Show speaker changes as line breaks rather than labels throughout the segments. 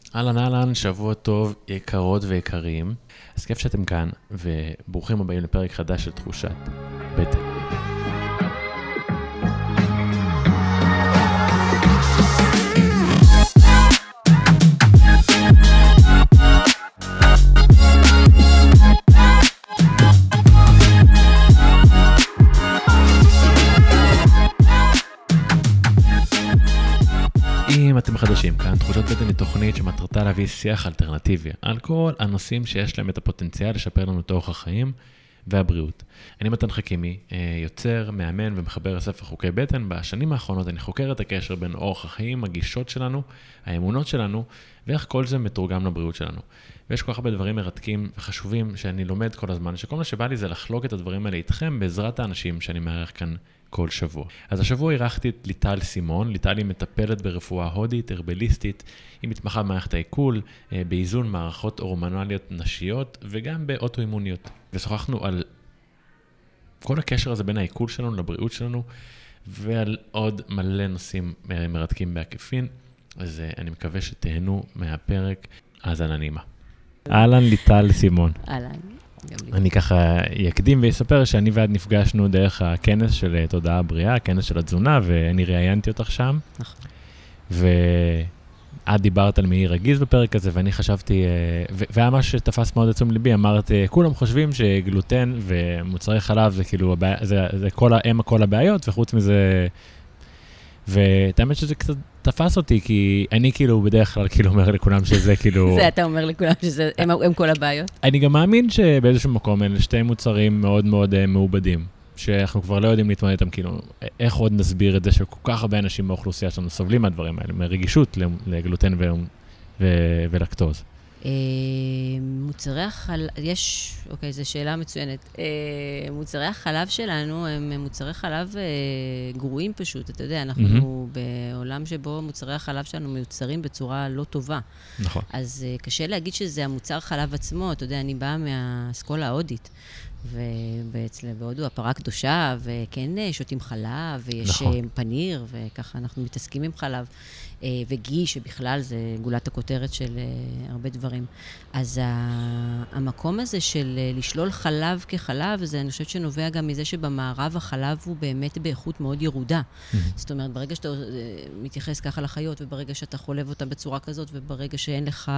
אהלן, שבוע טוב, יקרות ויקרים. אז כיף שאתם כאן, וברוכים הבאים לפרק חדש של תחושת בטן. אם אתם חדשים כאן, תחושות בטן היא תוכנית שמטרתה להביא שיח אלטרנטיבי על כל הנושאים שיש להם את הפוטנציאל לשפר לנו את אורח החיים והבריאות. אני מתן חכימי, יוצר, מאמן ומחבר הספר חוקי בטן. בשנים האחרונות אני חוקר את הקשר בין אורח החיים, הגישות שלנו, האמונות שלנו, ואיך כל זה מתורגם לבריאות שלנו. ויש כל כך הרבה דברים מרתקים וחשובים שאני לומד כל הזמן, שכל מה שבא לי זה לחלוק את הדברים האלה איתכם בעזרת האנשים שאני מארח כאן כל שבוע. אז השבוע אירחתי את ליטל סימון. ליטל היא מטפלת ברפואה הודית, הרבליסטית, היא מתמחה במערכת העיכול, באיזון מערכות הורמונליות נשיות וגם באוטואימוניות. ושוחחנו על כל הקשר הזה בין העיכול שלנו לבריאות שלנו, ועל עוד מלא נושאים מרתקים בעקיפין. אז אני מקווה שתהנו מהפרק. האזנה נעימה. אהלן ליטל סימון.
אהלן.
אני ככה יקדים ויספר שאני ועד נפגשנו דרך הכנס של תודעה בריאה, הכנס של התזונה, ואני ראיינתי אותך שם.
נכון.
ואת דיברת על מעי רגיז בפרק הזה, ואני חשבתי, והיה מה שתפס מאוד עצום ליבי, אמרת, כולם חושבים שגלוטן ומוצרי חלב זה כאילו, זה כל הבעיות, וחוץ מזה, ואת האמת שזה קצת תפס אותי, כי אני כאילו בדרך כלל כאילו אומר לכולם שזה כאילו...
זה אתה אומר לכולם שזה, הם כל הבעיות?
אני גם מאמין שבאיזשהו מקום אלה שתי מוצרים מאוד מאוד מעובדים, שאנחנו כבר לא יודעים להתמודד איתם, כאילו, איך עוד נסביר את זה שכל כך הרבה אנשים באוכלוסייה שלנו סובלים מהדברים האלה, מרגישות לגלוטן ולקטוז.
מוצרי החלב, אוקיי, זו שאלה מצוינת. מוצרי החלב שלנו הם מוצרי חלב גרועים פשוט, אתה יודע, אנחנו בעולם שבו מוצרי החלב שלנו מיוצרים בצורה לא טובה.
נכון.
אז קשה להגיד שזה המוצר חלב עצמו, אתה יודע, אני באה מהאסכולה ההודית. ובהודו הפרה קדושה, וכן שותים חלב, ויש נכון. פניר, וככה אנחנו מתעסקים עם חלב, וגי שבכלל זה גולת הכותרת של הרבה דברים. אז המקום הזה של לשלול חלב כחלב, זה אני חושבת שנובע גם מזה שבמערב החלב הוא באמת באיכות מאוד ירודה. זאת אומרת, ברגע שאתה מתייחס ככה לחיות, וברגע שאתה חולב אותה בצורה כזאת, וברגע שאין לך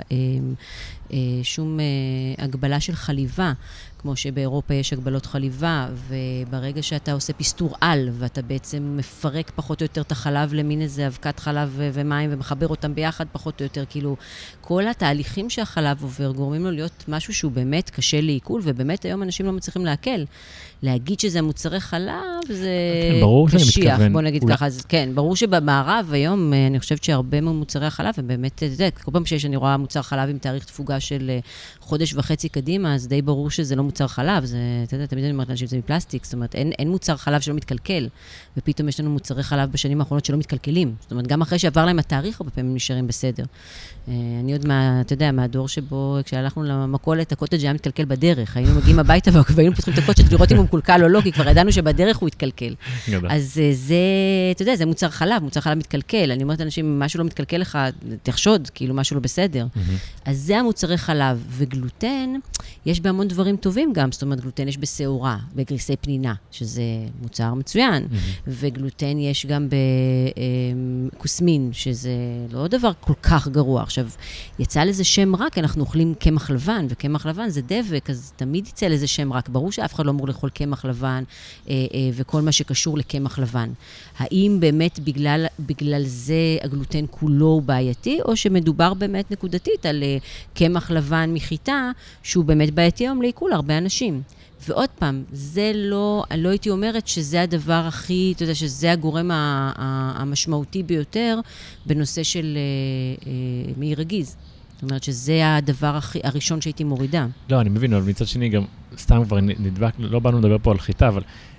שום הגבלה של חליבה, כמו שבאירופה יש הגבלות חליבה, וברגע שאתה עושה פסטור על, ואתה בעצם מפרק פחות או יותר את החלב למין איזה אבקת חלב ומים, ומחבר אותם ביחד פחות או יותר, כאילו, כל התהליכים שהחלב עובר, גורמים לו להיות משהו שהוא באמת קשה לעיכול, ובאמת היום אנשים לא מצליחים להקל. להגיד שזה מוצרי חלב, זה קשיח, בוא נגיד ככה. אז כן, ברור שבמערב היום, אני חושבת שהרבה ממוצרי החלב, הם באמת, כל פעם שאני רואה מוצר חלב עם תאריך תפוגה של חודש וחצי קדימה, אז די ברור שזה לא מוצר חלב, זה, אתה יודע, תמיד אני אומרת לאנשים, זה מפלסטיק, זאת אומרת, אין מוצר חלב שלא מתקלקל, ופתאום יש לנו מוצרי חלב בשנים האחרונות שלא מתקלקלים. זאת אומרת, גם אחרי שעבר להם התאריך, הרבה פעמים נשארים בסדר. אני עוד אתה יודע, מהדור שבו, כשהלכנו למכולת, הקוטג' היה מתקלקל בדרך. היינו מגיעים הביתה והיינו פותחים את הקוטג' לראות אם הוא מקולקל או לא, כי כבר ידענו שבדרך הוא התקלקל. אז זה, אתה יודע, זה מוצר חלב מתקלקל. אני אומרת לאנשים, משהו לא מתקלקל לך, תחשוד, כאילו משהו לא בסדר. אז זה המוצרי חלב. וגלוטן, יש בהמון דברים טובים גם. זאת אומרת, גלוטן יש בשעורה, בגריסי פנינה, שזה מוצר מצוין. וגלוטן יש גם בקוסמין, שזה לא דבר כל כך גרוע. עכשיו, יצא לזה שם רע, כי אנחנו אוכלים קמח לבן, וקמח לבן זה דבק, אז תמיד יצא לזה שם רע. ברור שאף אחד לא אמור לאכול קמח לבן, וכל מה שקשור לקמח לבן. האם באמת בגלל זה הגלוטן כולו הוא בעייתי, או שמדובר באמת נקודתית על קמח לבן מחיטה, שהוא באמת בעייתי היום לעיכול הרבה אנשים. ועוד פעם, זה לא הייתי אומרת שזה הדבר הכי, אתה יודע, שזה הגורם המשמעותי ביותר בנושא של מעי רגיז. זאת אומרת שזה הדבר הראשון שהייתי מורידה.
לא, אני מבין, אבל מצד שני גם, סתם כבר נדבק, לא באנו לדבר פה על חיטה, אבל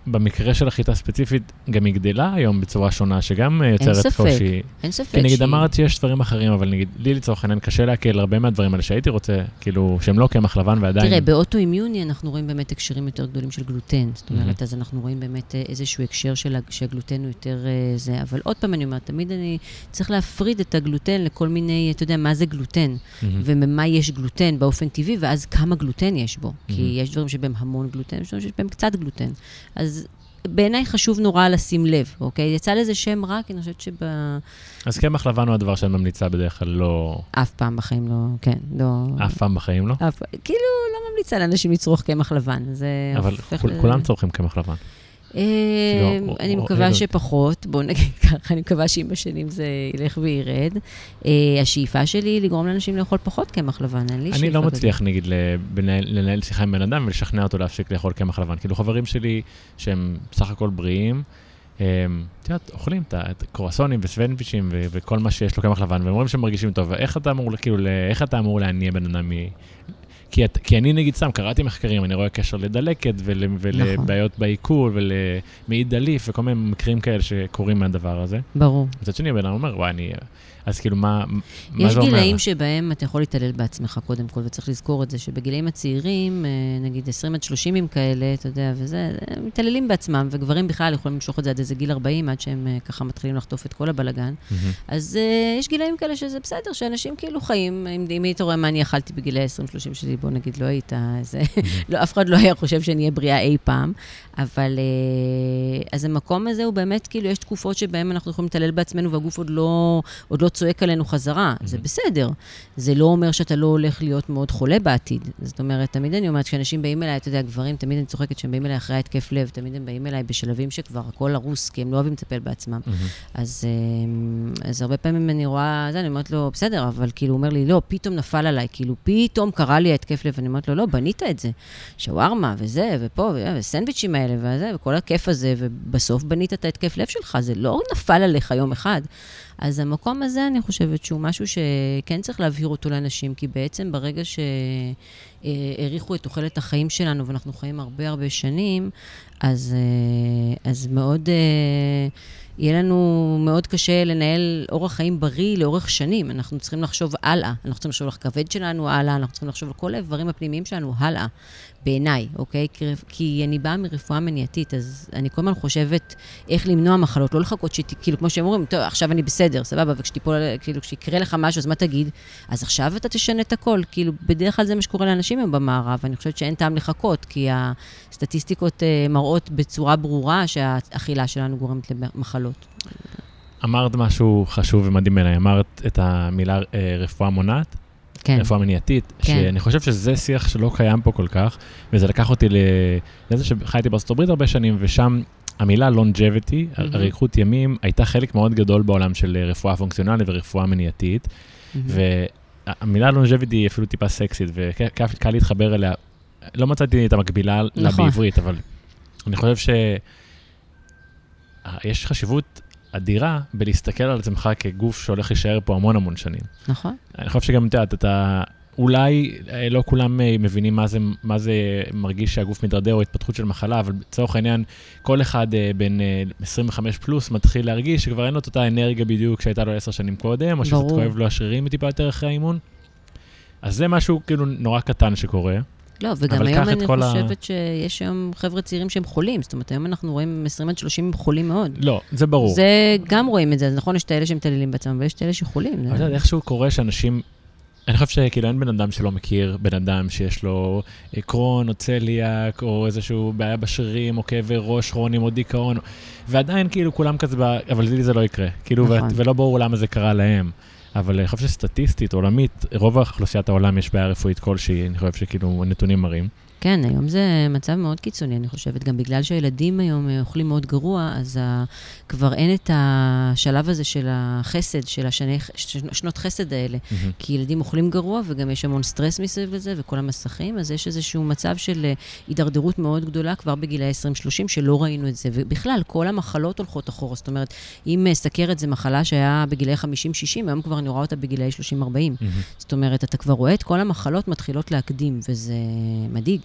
במקרה של החיטה ספציפית, גם היא גדלה היום בצורה שונה, שגם יוצרת קושי.
אין ספק.
כי נגיד אמרת שיש דברים אחרים, אבל נגיד, לי לצורך העניין קשה להקל הרבה מהדברים האלה שהייתי רוצה, כאילו, שהם לא קמח לבן ועדיין...
תראה, באוטואימיוני אנחנו רואים באמת הקשרים יותר גדולים של גלוטן. זאת אומרת, אז אנחנו רואים באמת איזשהו הקשר שהגלוטן הוא יותר זה. אבל עוד פעם אני אומרת, תמיד אני צריך להפריד את הגלוטן לכל מיני, אתה יודע, מה זה גלוטן, וממה יש גלוטן באופן טבעי, ואז כמה גלוטן יש בו. כי יש דברים שבהם המון גלוטן, יש דברים שבהם קצת גלוטן. אז בעיניי חשוב נורא לשים לב, אוקיי? יצא לזה שם רע, כי אני חושבת
אז קמח לבן הוא הדבר שאני ממליצה בדרך כלל לא...
אף פעם בחיים לא, כן, לא...
אף פעם בחיים לא?
כאילו, לא ממליצה לאנשים לצרוך קמח לבן.
אבל כולם צורכים קמח לבן.
אני מקווה שפחות, בואו נגיד ככה, אני מקווה שעם השנים זה ילך וירד. השאיפה שלי היא לגרום לאנשים לאכול פחות קמח לבן, אין לי שאיפה.
אני לא מצליח, נגיד, לנהל שיחה עם בן אדם ולשכנע אותו להפסיק לאכול קמח לבן. כאילו חברים שלי שהם בסך הכל בריאים, אוכלים את קרואסונים וסוונדוויצ'ים וכל מה שיש לו קמח לבן, והם אומרים שהם מרגישים טוב. איך אתה אמור להניע בן אדם כי אני נגיד סתם, קראתי מחקרים, אני רואה קשר לדלקת ולבעיות בעיכול ולמעי דליף וכל מיני מקרים כאלה שקורים מהדבר הזה.
ברור.
מצד שני, בן אדם אומר, וואי, אז כאילו, מה זה אומר?
יש גילאים שבהם אתה יכול להתעלל בעצמך קודם כל, וצריך לזכור את זה, שבגילאים הצעירים, נגיד 20 עד 30 כאלה, אתה יודע, וזה, הם מתעללים בעצמם, וגברים בכלל יכולים למשוך את זה עד איזה גיל 40, עד שהם ככה מתחילים לחטוף את כל הבלגן. אז יש גילאים כאלה שזה בסדר, שאנשים כאילו חיים, אם היית רואה מה אני אכלתי בגילי 20-30 שלי, בוא נגיד, לא היית, אף אחד לא היה חושב שאני אהיה בריאה אי פעם, אבל אז המקום הזה הוא באמת, כאילו, יש תקופות שבהם אנחנו יכולים להתעלל בעצמנו, והגוף עוד לא צועק עלינו חזרה. זה בסדר. זה לא אומר שאתה לא הולך להיות מאוד חולה בעתיד. זאת אומרת, תמיד אני אומרת, כשאנשים באים אליי, אתה יודע, גברים, תמיד אני צוחקת שהם באים אליי אחרי התקף לב, תמיד הם באים אליי בשלבים שכבר הכל הרוס, כי הם לא אוהבים לטפל בעצמם. אז הרבה פעמים אני רואה, אני אומרת לו, בסדר, אבל כאילו הוא אומר לי, לא, פתאום נפל עליי, כאילו פתאום קרה לי התקף לב, ואני אומרת לו, לא, בנית את זה. שווארמה וזה, ופה, וסנדוויצ'ים האלה, וזה, וכל הכיף הזה, ובסוף בנית את התקף לב שלך, זה לא נפל עליך יום אחד. אז המקום הזה, אני חושבת שהוא משהו שכן צריך להבהיר אותו לאנשים, כי בעצם ברגע שהעריכו את תוחלת החיים שלנו, ואנחנו חיים הרבה הרבה שנים, אז מאוד... יהיה לנו מאוד קשה לנהל אורח חיים בריא לאורך שנים. אנחנו צריכים לחשוב הלאה. אנחנו צריכים לחשוב על הכבד שלנו הלאה, אנחנו צריכים לחשוב על כל האיברים הפנימיים שלנו הלאה, בעיניי, אוקיי? כי אני באה מרפואה מניעתית, אז אני כל הזמן חושבת איך למנוע מחלות, לא לחכות כאילו, כמו שהם אומרים, טוב, עכשיו אני בסדר, סבבה, וכשתיפול, כאילו, כשיקרה לך משהו, אז מה תגיד? אז עכשיו אתה תשנה את הכל. כאילו, בדרך כלל זה מה שקורה לאנשים היום במערב, ואני חושבת שאין טעם לחכות, כי הסטטיסטיקות מראות בצורה ברורה שהאכילה שלנו גורמת למחלות.
אמרת משהו חשוב ומדהים בעיניי, אמרת את המילה רפואה מונעת, רפואה מניעתית, שאני חושב שזה שיח שלא קיים פה כל כך, וזה לקח אותי לזה שחייתי בארצות הברית הרבה שנים, ושם המילה longevity, אריכות ימים, הייתה חלק מאוד גדול בעולם של רפואה פונקציונלית ורפואה מניעתית, והמילה longevity היא אפילו טיפה סקסית, וקל להתחבר אליה, לא מצאתי את המקבילה לה בעברית, אבל אני חושב שיש חשיבות אדירה בלהסתכל על עצמך כגוף שהולך להישאר פה המון המון שנים.
נכון.
אני חושב שגם אתה אולי לא כולם מבינים מה זה מרגיש שהגוף מתדרדר או התפתחות של מחלה, אבל בצורך העניין, כל אחד בין 25 פלוס מתחיל להרגיש שכבר אין לו את אותה אנרגיה בדיוק שהייתה לו 10 שנים קודם, או שזה כואב לו השרירים טיפה יותר אחרי האימון. אז זה משהו כאילו נורא קטן שקורה.
לא, וגם היום אני חושבת שיש היום חבר'ה צעירים שהם חולים, זאת אומרת, היום אנחנו רואים 20 עד 30 חולים מאוד.
לא, זה ברור.
זה גם רואים את זה, אז נכון, יש את האלה שמתעללים בעצמם, ויש את האלה שחולים.
אבל איכשהו קורה שאנשים, אני חושב שכאילו אין בן אדם שלא מכיר בן אדם שיש לו קרון או צליאק, או איזשהו בעיה בשרירים, או כאבי ראש, כרונים או דיכאון, ועדיין כאילו כולם כזה, אבל לי זה לא יקרה, כאילו, ולא ברור למה זה קרה להם. אבל אני חושב שסטטיסטית, עולמית, רוב האוכלוסיית העולם יש בעיה רפואית כלשהי, אני חושב שכאילו הנתונים מראים.
כן, היום זה מצב מאוד קיצוני, אני חושבת. גם בגלל שהילדים היום אוכלים מאוד גרוע, אז כבר אין את השלב הזה של החסד, של שנות חסד האלה. כי ילדים אוכלים גרוע, וגם יש המון סטרס מסביב לזה, וכל המסכים, אז יש איזשהו מצב של הידרדרות מאוד גדולה, כבר בגילי 20-30, שלא ראינו את זה. ובכלל, כל המחלות הולכות אחורה. זאת אומרת, אם סכרת זה מחלה שהיה בגילי 50-60, היום כבר אני רואה אותה בגילי 30-40. זאת אומרת, אתה כבר רואה את כל המחלות מתחילות להקדים, וזה מדאיג.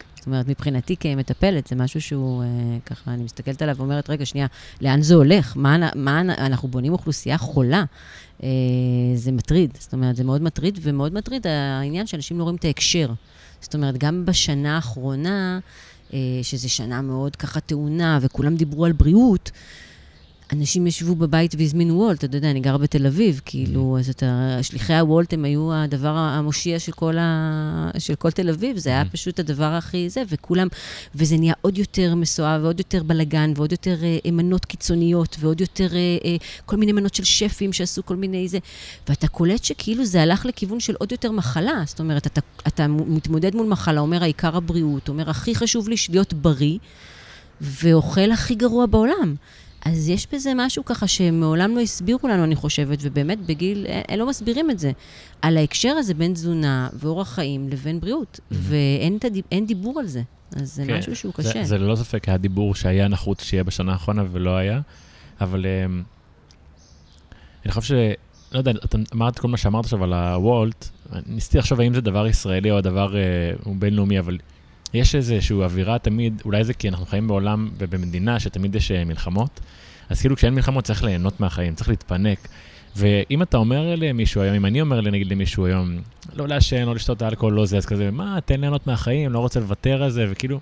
זאת אומרת, מבחינתי כמטפלת, זה משהו שהוא, ככה, אני מסתכלת עליו ואומרת, רגע, שנייה, לאן זה הולך? אנחנו בונים אוכלוסייה חולה? זה מטריד, זאת אומרת, זה מאוד מטריד, ומאוד מטריד העניין שאנשים לא רואים את ההקשר. זאת אומרת, גם בשנה האחרונה, שזו שנה מאוד ככה טעונה, וכולם דיברו על בריאות, אנשים ישבו בבית והזמינו וולט, אתה יודע, אני גר בתל אביב, כאילו, אז שליחי הוולט הם היו הדבר המושיע של כל תל אביב, זה היה פשוט הדבר הכי זה, וכולם, וזה נהיה עוד יותר מסועב, ועוד יותר בלגן, ועוד יותר מנות קיצוניות, ועוד יותר כל מיני מנות של שפים שעשו כל מיני זה, ואתה קולט שכאילו זה הלך לכיוון של עוד יותר מחלה, זאת אומרת, אתה מתמודד מול מחלה, אומר העיקר הבריאות, אומר, הכי חשוב לי להיות בריא, ואוכל הכי גרוע בעולם. אז יש בזה משהו ככה שמעולם לא הסבירו לנו, אני חושבת, ובאמת בגיל, הם לא מסבירים את זה, על ההקשר הזה בין תזונה ואורח חיים לבין בריאות, ואין דיבור על זה. אז זה משהו שהוא קשה.
זה ללא ספק, היה דיבור שהיה נחוץ שיהיה בשנה האחרונה ולא היה, אבל אני חושב לא יודע, אתה אמרת כל מה שאמרת עכשיו על הוולט, ניסיתי לחשוב האם זה דבר ישראלי או הדבר בינלאומי, אבל יש איזושהי אווירה תמיד, אולי זה כי אנחנו חיים בעולם ובמדינה שתמיד יש מלחמות, אז כאילו כשאין מלחמות צריך ליהנות מהחיים, צריך להתפנק. ואם אתה אומר למישהו היום, אם אני אומר נגיד למישהו היום, לא לעשן, לא לשתות אלכוהול, לא זה, אז כזה, מה, תן ליהנות מהחיים, לא רוצה לוותר על זה, וכאילו,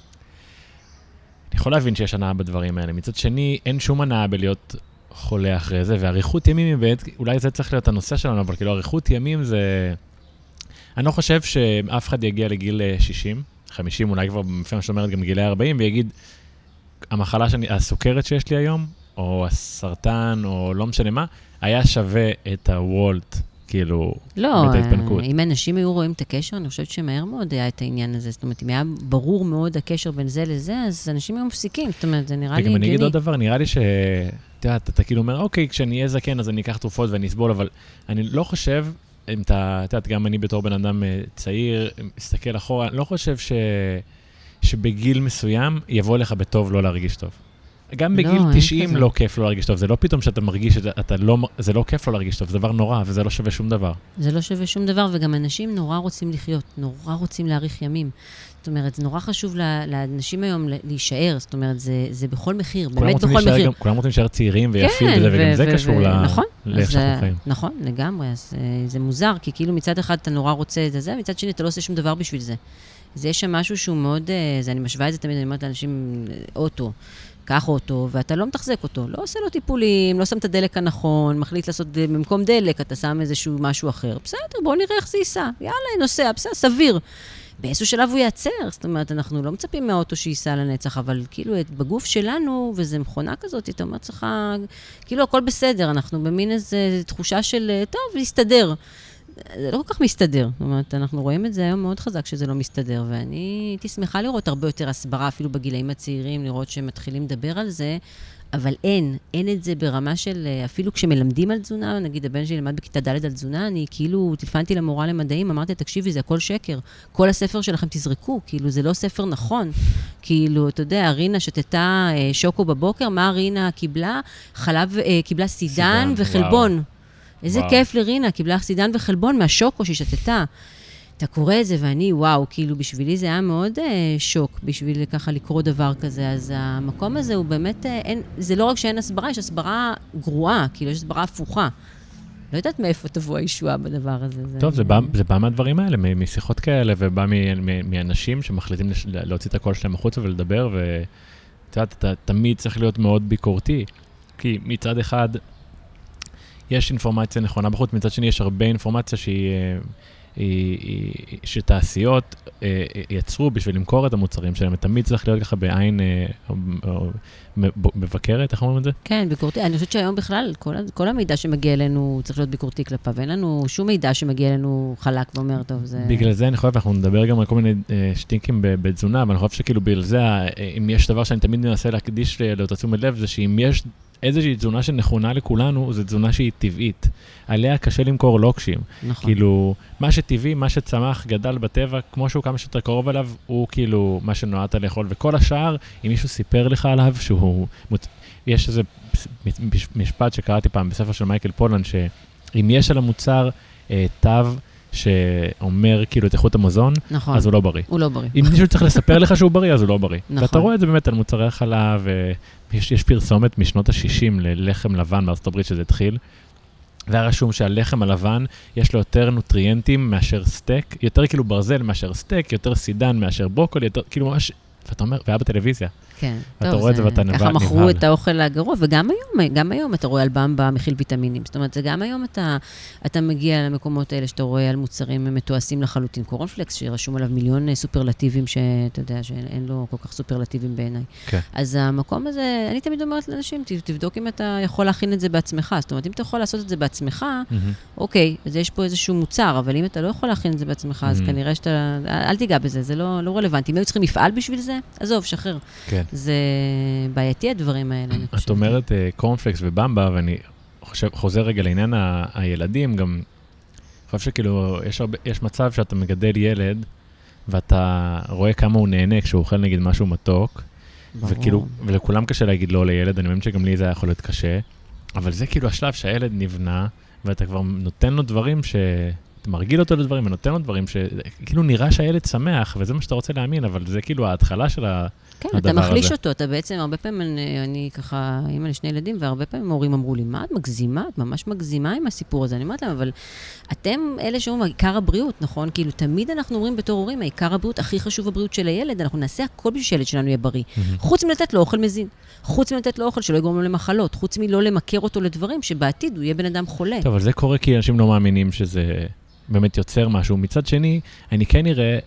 אני יכול להבין שיש הנאה בדברים האלה. מצד שני, אין שום הנאה בלהיות חולה אחרי זה, ועריכות ימים, אולי זה צריך להיות הנושא שלנו, אבל כאילו, עריכות ימים זה... אני לא חושב שאף אחד יגיע לגיל 60, 50, אולי כבר לפעמים שאומרת גם גילי 40, ויגיד, המחלה הסוכרת שיש לי היום, או הסרטן, או לא משנה מה, היה שווה את הוולט, כאילו,
לא,
את ההתפנקות.
אם אנשים היו רואים את הקשר, אני חושבת שמהר מאוד היה את העניין הזה. זאת אומרת, אם היה ברור מאוד הקשר בין זה לזה, אז אנשים היו מפסיקים. זאת אומרת, זה נראה לי
הגיוני. וגם אני אגיד עוד דבר, נראה לי אתה כאילו אומר, אוקיי, כשאני אהיה זקן, אז אני אקח תרופות ואני אסבול, אבל אני לא חושב, אם אתה יודעת, גם אני בתור בן אדם צעיר, מסתכל אחורה, אני לא חושב שבגיל מסוים יבוא לך בטוב לא להרגיש טוב. גם בגיל 90 לא כיף לא להרגיש טוב, זה לא פתאום שאתה מרגיש שזה לא כיף לא להרגיש טוב, זה דבר נורא, וזה לא שווה שום דבר.
זה לא שווה שום דבר, וגם אנשים נורא רוצים לחיות, נורא רוצים להאריך ימים. זאת אומרת, זה נורא חשוב לאנשים היום להישאר, זאת אומרת, זה בכל מחיר, באמת בכל מחיר.
כולם רוצים להישאר צעירים ויפים וזה, וגם זה קשור לאיך שאנחנו חיים.
נכון, לגמרי, אז זה מוזר, כי כאילו מצד אחד אתה נורא רוצה את זה, מצד שני אתה לא עושה שום דבר בשביל זה. אז יש שם משהו שהוא מאוד, אני משווה את זה תמיד, אני אומרת לאנשים, אוטו. קח אותו, ואתה לא מתחזק אותו. לא עושה לו טיפולים, לא שם את הדלק הנכון, מחליט לעשות במקום דלק, אתה שם איזשהו משהו אחר. בסדר, בואו נראה איך זה ייסע. יאללה, נוסע, בסדר, סביר. באיזשהו שלב הוא יעצר, זאת אומרת, אנחנו לא מצפים מהאוטו שייסע לנצח, אבל כאילו בגוף שלנו, וזה מכונה כזאת, אתה אומר, צריכה, כאילו הכל בסדר, אנחנו במין איזו תחושה של, טוב, להסתדר. זה לא כל כך מסתדר. זאת אומרת, אנחנו רואים את זה היום מאוד חזק שזה לא מסתדר, ואני הייתי שמחה לראות הרבה יותר הסברה, אפילו בגילאים הצעירים, לראות שהם מתחילים לדבר על זה, אבל אין את זה ברמה של, אפילו כשמלמדים על תזונה, נגיד הבן שלי למד בכיתה ד' על תזונה, אני כאילו טלפנתי למורה למדעים, אמרתי, תקשיבי, זה הכל שקר. כל הספר שלכם תזרקו, כאילו זה לא ספר נכון. כאילו, אתה יודע, רינה שתתה שוקו בבוקר, מה רינה קיבלה? קיבלה סידן וחלבון. איזה כיף לרינה, קיבלה סידן וחלבון מהשוקו שהיא שתתה. אתה קורא את זה ואני, וואו, כאילו בשבילי זה היה מאוד שוק, בשביל ככה לקרוא דבר כזה. אז המקום הזה הוא באמת, זה לא רק שאין הסברה, יש הסברה גרועה, כאילו יש הסברה הפוכה. לא יודעת מאיפה תבוא הישועה בדבר הזה.
טוב, זה בא מהדברים האלה, משיחות כאלה, ובא מאנשים שמחליטים להוציא את הקול שלהם החוצה ולדבר, ואתה יודעת, אתה תמיד צריך להיות מאוד ביקורתי, כי מצד אחד, יש אינפורמציה נכונה בחוץ, מצד שני יש הרבה אינפורמציה שתעשיות יצרו בשביל למכור את המוצרים שלהם, תמיד צריך להיות ככה בעין מבקרת, איך אומרים את זה?
כן, ביקורתי. אני חושבת שהיום בכלל, כל המידע שמגיע אלינו צריך להיות ביקורתי כלפיו, ואין לנו שום מידע שמגיע אלינו חלק ואומר טוב.
בגלל זה אני חושב, אנחנו נדבר גם על כל מיני שטינקים בתזונה, אבל אני חושב שכאילו בגלל זה, אם יש דבר שאני תמיד מנסה להקדיש לאותה תשומת לב, זה שאם יש איזושהי תזונה שנכונה לכולנו, זו תזונה שהיא טבעית. עליה קשה למכור לוקשים.
נכון.
כאילו, מה שטבעי, מה שצמח, גדל בטבע, כמו שהוא כמה שאתה קרוב אליו, הוא כאילו מה שנועדת לאכול. וכל השאר, אם מישהו סיפר לך עליו, יש איזה משפט שקראתי פעם בספר של מייקל פולן, שאם יש על המוצר תו שאומר כאילו את איכות המזון,
נכון.
אז הוא לא בריא.
הוא לא בריא.
אם מישהו צריך לספר לך שהוא בריא, אז הוא לא בריא.
נכון.
ואתה רואה את זה באמת על מוצרי החלב, יש פרסומת משנות ה-60 ללחם לבן בארצות הברית שזה התחיל, והיה רשום שהלחם הלבן יש לו יותר נוטריאנטים מאשר סטייק, יותר כאילו ברזל מאשר סטייק, יותר סידן מאשר ברוקולי, יותר כאילו ממש, ואתה אומר, והיה בטלוויזיה.
כן.
ואתה רואה את זה ואתה נבהל.
ככה מכרו את האוכל הגרוע, וגם היום אתה רואה על במבה מכיל ויטמינים. זאת אומרת, זה גם היום אתה מגיע למקומות האלה שאתה רואה על מוצרים מתועשים לחלוטין. קורנפלקס, שרשום עליו מיליון סופרלטיבים, שאתה יודע שאין לו כל כך סופרלטיבים בעיניי.
כן.
אז המקום הזה, אני תמיד אומרת לאנשים, תבדוק אם אתה יכול להכין את זה בעצמך. זאת אומרת, אם אתה יכול לעשות את זה בעצמך, אוקיי, אז יש פה איזשהו מוצר, אבל אם אתה לא יכול להכין את זה בעצמך, אז כנראה שאתה, אל תיגע בזה, זה לא רלוונטי. אם היו צריכים מפעל בשביל זה, עזוב, שחרר.
כן.
זה בעייתי הדברים האלה, אני חושבת.
את אומרת קורנפלקס ובמבה, ואני חוזר רגע לעניין הילדים, גם חושב שכאילו יש מצב שאתה מגדל ילד, ואתה רואה כמה הוא נהנה כשהוא אוכל נגיד משהו מתוק, וכאילו, ולכולם קשה להגיד לא לילד, אני מאמין שגם לי זה יכול להיות קשה, אבל זה כאילו השלב שהילד נבנה, ואתה כבר נותן לו דברים אתה מרגיל אותו לדברים, ונותן לו דברים שכאילו נראה שהילד שמח, וזה מה שאתה רוצה להאמין, אבל זה כאילו ההתחלה של הדבר הזה.
כן, אתה מחליש אותו, אתה בעצם, הרבה פעמים, אני ככה, אימא לשני ילדים, והרבה פעמים הורים אמרו לי, מה את מגזימה? את ממש מגזימה עם הסיפור הזה. אני אומרת להם, אבל אתם אלה שאומרים, העיקר הבריאות, נכון? כאילו, תמיד אנחנו אומרים בתור הורים, העיקר הבריאות, הכי חשוב הבריאות של הילד, אנחנו נעשה הכל בשביל שהילד שלנו יהיה בריא. חוץ מלתת לו אוכל מזין, חוץ מלתת לו אוכל שלא יגרום לו למחלות, חוץ מלא למכר אותו לדברים שבעתיד הוא יהיה בן אדם חולה.
טוב, אבל זה קורה כי אנשים לא מאמינים שזה באמת יוצר משהו. מצד שני, אני כן אראה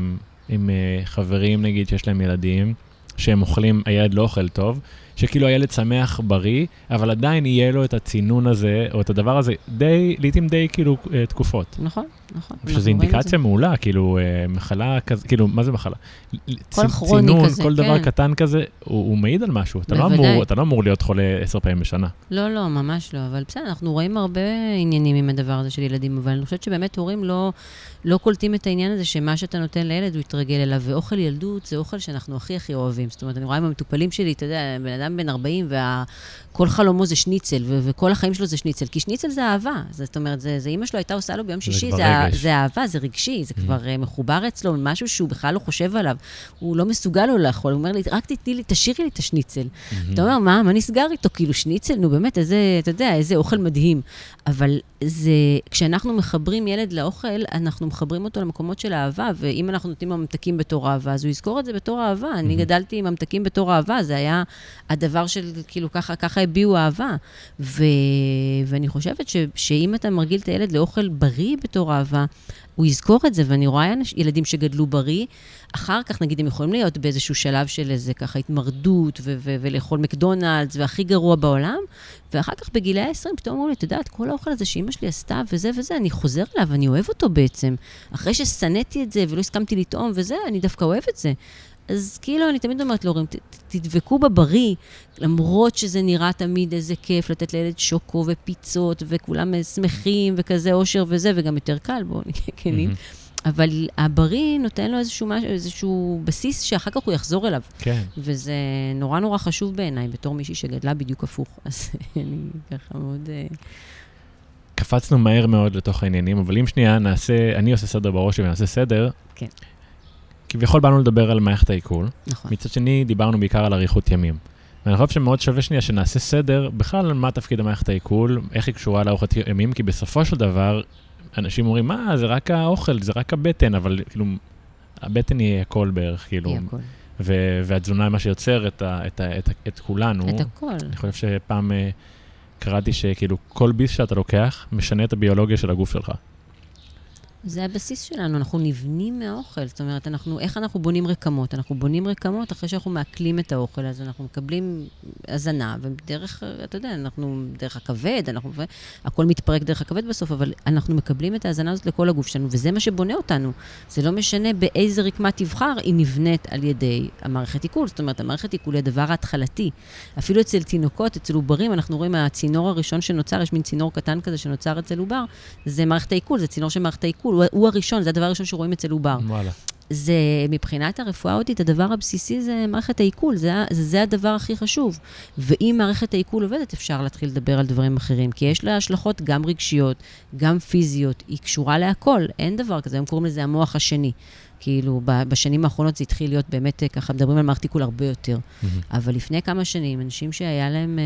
עם חברים, נגיד, שיש להם ילדים, שהם אוכלים, הילד לא אוכל טוב, שכאילו הילד שמח בריא, אבל עדיין יהיה לו את הצינון הזה, או את הדבר הזה, לעתים די כאילו תקופות.
נכון, נכון.
שזו אינדיקציה מעולה, כאילו מחלה כזה, כאילו, מה זה מחלה?
כל כרוני כזה,
כל דבר קטן כזה, הוא מעיד על משהו. אתה לא אמור להיות חולה 10 פעמים בשנה.
לא, לא, ממש לא, אבל בסדר, אנחנו רואים הרבה עניינים עם הדבר הזה של ילדים, אבל אני חושבת שבאמת הורים לא קולטים את העניין הזה, שמה שאתה נותן לילד הוא יתרגל אליו, ואוכל ילדות זה אוכל שאנחנו הכי אוהבים. זאת אומרת, אני רואה עם המטופלים שלי, אתה יודע, בן אדם בן 40, וכל חלומו זה שניצל, וכל החיים שלו זה שניצל, כי שניצל זה אהבה. זאת אומרת, זה אמא שלו הייתה עושה לו ביום שישי, זה אהבה, זה רגשי, זה כבר מחובר אצלו, משהו שהוא בכלל לא חושב עליו. הוא לא מסוגל לו לאכול, הוא אומר לי, רק תתני לי, תשאירי לי את השניצל. אתה אומר, מה נסגר איתו? כאילו שניצל, נו באמת, אתה יודע, איזה אוכל מדהים. אבל זה, כשאנחנו מחברים ילד לאוכל, אנחנו מחברים אותו למקומות של אהבה, ואם אנחנו נותנים ממתקים בתור אהבה, אז הוא יזכור את זה בתור אהבה. אני גדלתי עם ממתקים בתור אהבה, זה היה הדבר של, כאילו, ככה הביאו אהבה. ואני חושבת שאם אתה מרגיל את הילד לאוכל בריא בתור אהבה, הוא יזכור את זה, ואני רואה ילדים שגדלו בריא, אחר כך, נגיד, הם יכולים להיות באיזשהו שלב של איזה ככה התמרדות, ולאכול מקדונלדס, והכי גרוע בעולם, ואחר כך בגילי 20, פתאום אמרו לי, אתה יודעת, כל האוכל הזה שאמא שלי עשתה, וזה, אני חוזר אליו, אני אוהב אותו בעצם. אחרי שסנאתי את זה, ולא הסכמתי לטעום, וזה, אני דווקא אוהב את זה. אז כאילו, אני תמיד אומרת להורים, תדבקו בבריא, למרות שזה נראה תמיד איזה כיף, לתת לילד שוקו ופיצות, וכולם שמחים, וכזה אושר וזה, וגם יותר קל, בואו נהיה כנים. אבל הבריא נותן לו איזשהו בסיס שאחר כך הוא יחזור אליו.
כן.
וזה נורא נורא חשוב בעיניי, בתור מישהי שגדלה בדיוק הפוך. אז אני ככה מאוד...
קפצנו מהר מאוד לתוך העניינים, אבל אם שנייה אני עושה סדר בראש ונעשה סדר.
כן.
כביכול באנו לדבר על מערכת העיכול.
נכון.
מצד שני, דיברנו בעיקר על אריכות ימים. ואני חושב שמאוד שווה שנייה שנעשה סדר, בכלל על מה תפקיד המערכת העיכול, איך היא קשורה לאריכות ימים, כי בסופו של דבר, אנשים אומרים, מה, זה רק האוכל, זה רק הבטן, אבל כאילו, הבטן היא הכל בערך, כאילו.
היא הכל.
והתזונה היא מה שיוצר את כולנו.
את הכל.
אני חושב שפעם קראתי שכאילו, כל ביס שאתה לוקח, משנה את הביולוגיה של הגוף שלך.
זה הבסיס שלנו, אנחנו נבנים מהאוכל, זאת אומרת, איך אנחנו בונים רקמות? אנחנו בונים רקמות אחרי שאנחנו מעכלים את האוכל, אז אנחנו מקבלים הזנה, ודרך, אתה יודע, דרך הכבד, הכל מתפרק דרך הכבד בסוף, אבל אנחנו מקבלים את ההזנה הזאת לכל הגוף שלנו, וזה מה שבונה אותנו. זה לא משנה באיזה רקמה תבחר, היא נבנית על ידי המערכת עיכול, זאת אומרת, המערכת עיכול היא הדבר ההתחלתי. אפילו אצל תינוקות, אצל עוברים, אנחנו רואים הצינור הראשון שנוצר, יש מין צינור קטן כזה שנוצר אצל עובר, זה מערכת העיכול, זה צינור של מערכת העיכול, הוא הראשון, זה הדבר הראשון שרואים אצל עובר. זה, מבחינת הרפואה ההודית, הדבר הבסיסי זה מערכת העיכול, זה הדבר הכי חשוב. ואם מערכת העיכול עובדת, אפשר להתחיל לדבר על דברים אחרים, כי יש לה השלכות גם רגשיות, גם פיזיות, היא קשורה להכל, אין דבר כזה, הם קוראים לזה המוח השני. כאילו, בשנים האחרונות זה התחיל להיות באמת ככה, מדברים על מערכת עיכול הרבה יותר. אבל לפני כמה שנים, אנשים שהיה להם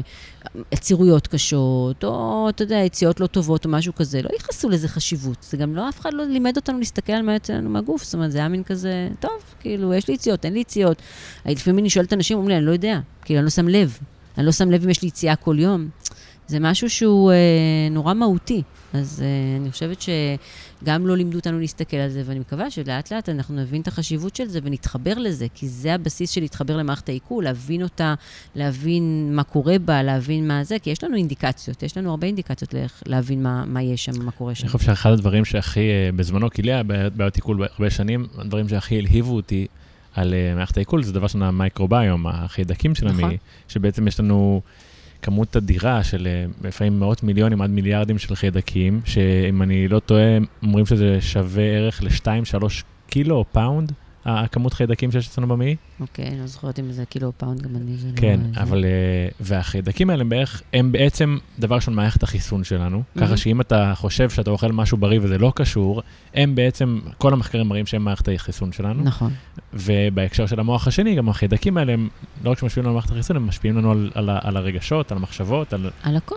יצירויות קשות, או, אתה יודע, יציאות לא טובות או משהו כזה, לא ייחסו לזה חשיבות. זה גם לא, אף אחד לא לימד אותנו להסתכל על מה יוצא לנו מהגוף. זאת אומרת, זה היה מין כזה, טוב, כאילו, יש לי יציאות, אין לי יציאות. לפעמים אני שואלת אנשים, אומרים לי, אני לא יודע, כאילו, אני לא שם לב. אני לא שם לב אם יש לי יציאה כל יום. זה משהו שהוא נורא מהותי. אז אני חושבת שגם לא לימדו אותנו להסתכל על זה, ואני מקווה שלאט לאט אנחנו נבין את החשיבות של זה ונתחבר לזה, כי זה הבסיס של להתחבר למערכת העיכול, להבין אותה, להבין מה קורה בה, להבין מה זה, כי יש לנו אינדיקציות, יש לנו הרבה אינדיקציות להבין מה יש שם, מה קורה שם.
אני חושב שאחד הדברים שהכי, בזמנו, כי לי היה בעיות עיכול הרבה שנים, הדברים שהכי הלהיבו אותי על מערכת העיכול, זה דבר שונה המיקרוביום, החיידקים שלנו, שבעצם יש לנו כמות אדירה של לפעמים מאות מיליונים עד מיליארדים של חיידקים, שאם אני לא טועה, אומרים שזה שווה ערך ל-2-3 קילו או פאונד, הכמות חיידקים שיש אצלנו במעי.
אוקיי, אני לא זוכרת אם זה קילו או פאונד, גם אני זה לא...
כן, אבל... והחיידקים האלה הם בעצם דבר של מערכת החיסון שלנו, ככה שאם אתה חושב שאתה אוכל משהו בריא וזה לא קשור, הם בעצם, כל המחקרים מראים שהם מערכת החיסון שלנו. נכון. ובהקשר של המוח השני, גם החיידקים האלה, הם לא רק שמשפיעים לנו על מערכת החיסון, הם משפיעים לנו על הרגשות, על המחשבות,
על הכל.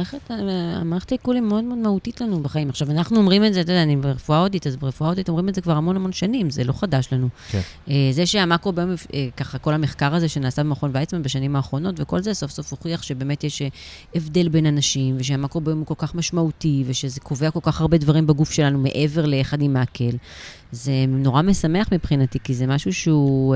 המערכת העיכול היא מאוד מאוד מהותית לנו בחיים. עכשיו, אנחנו אומרים את זה, אתה יודע, אני ברפואה הודית, אז ברפואה הודית אומרים את זה כבר המון שנים, זה לא חדש לנו. זה שהמקרוביום, ככה כל המחקר הזה שנעשה במכון ויצמן בשנים האחרונות, וכל זה סוף סוף הוכיח שבאמת יש הבדל בין אנשים, ושהמקרוביום הוא כל כך משמעותי, ושזה קובע כל כך הרבה דברים בגוף שלנו מעבר לאיך אני מעכל. זה נורא משמח מבחינתי, כי זה משהו שהוא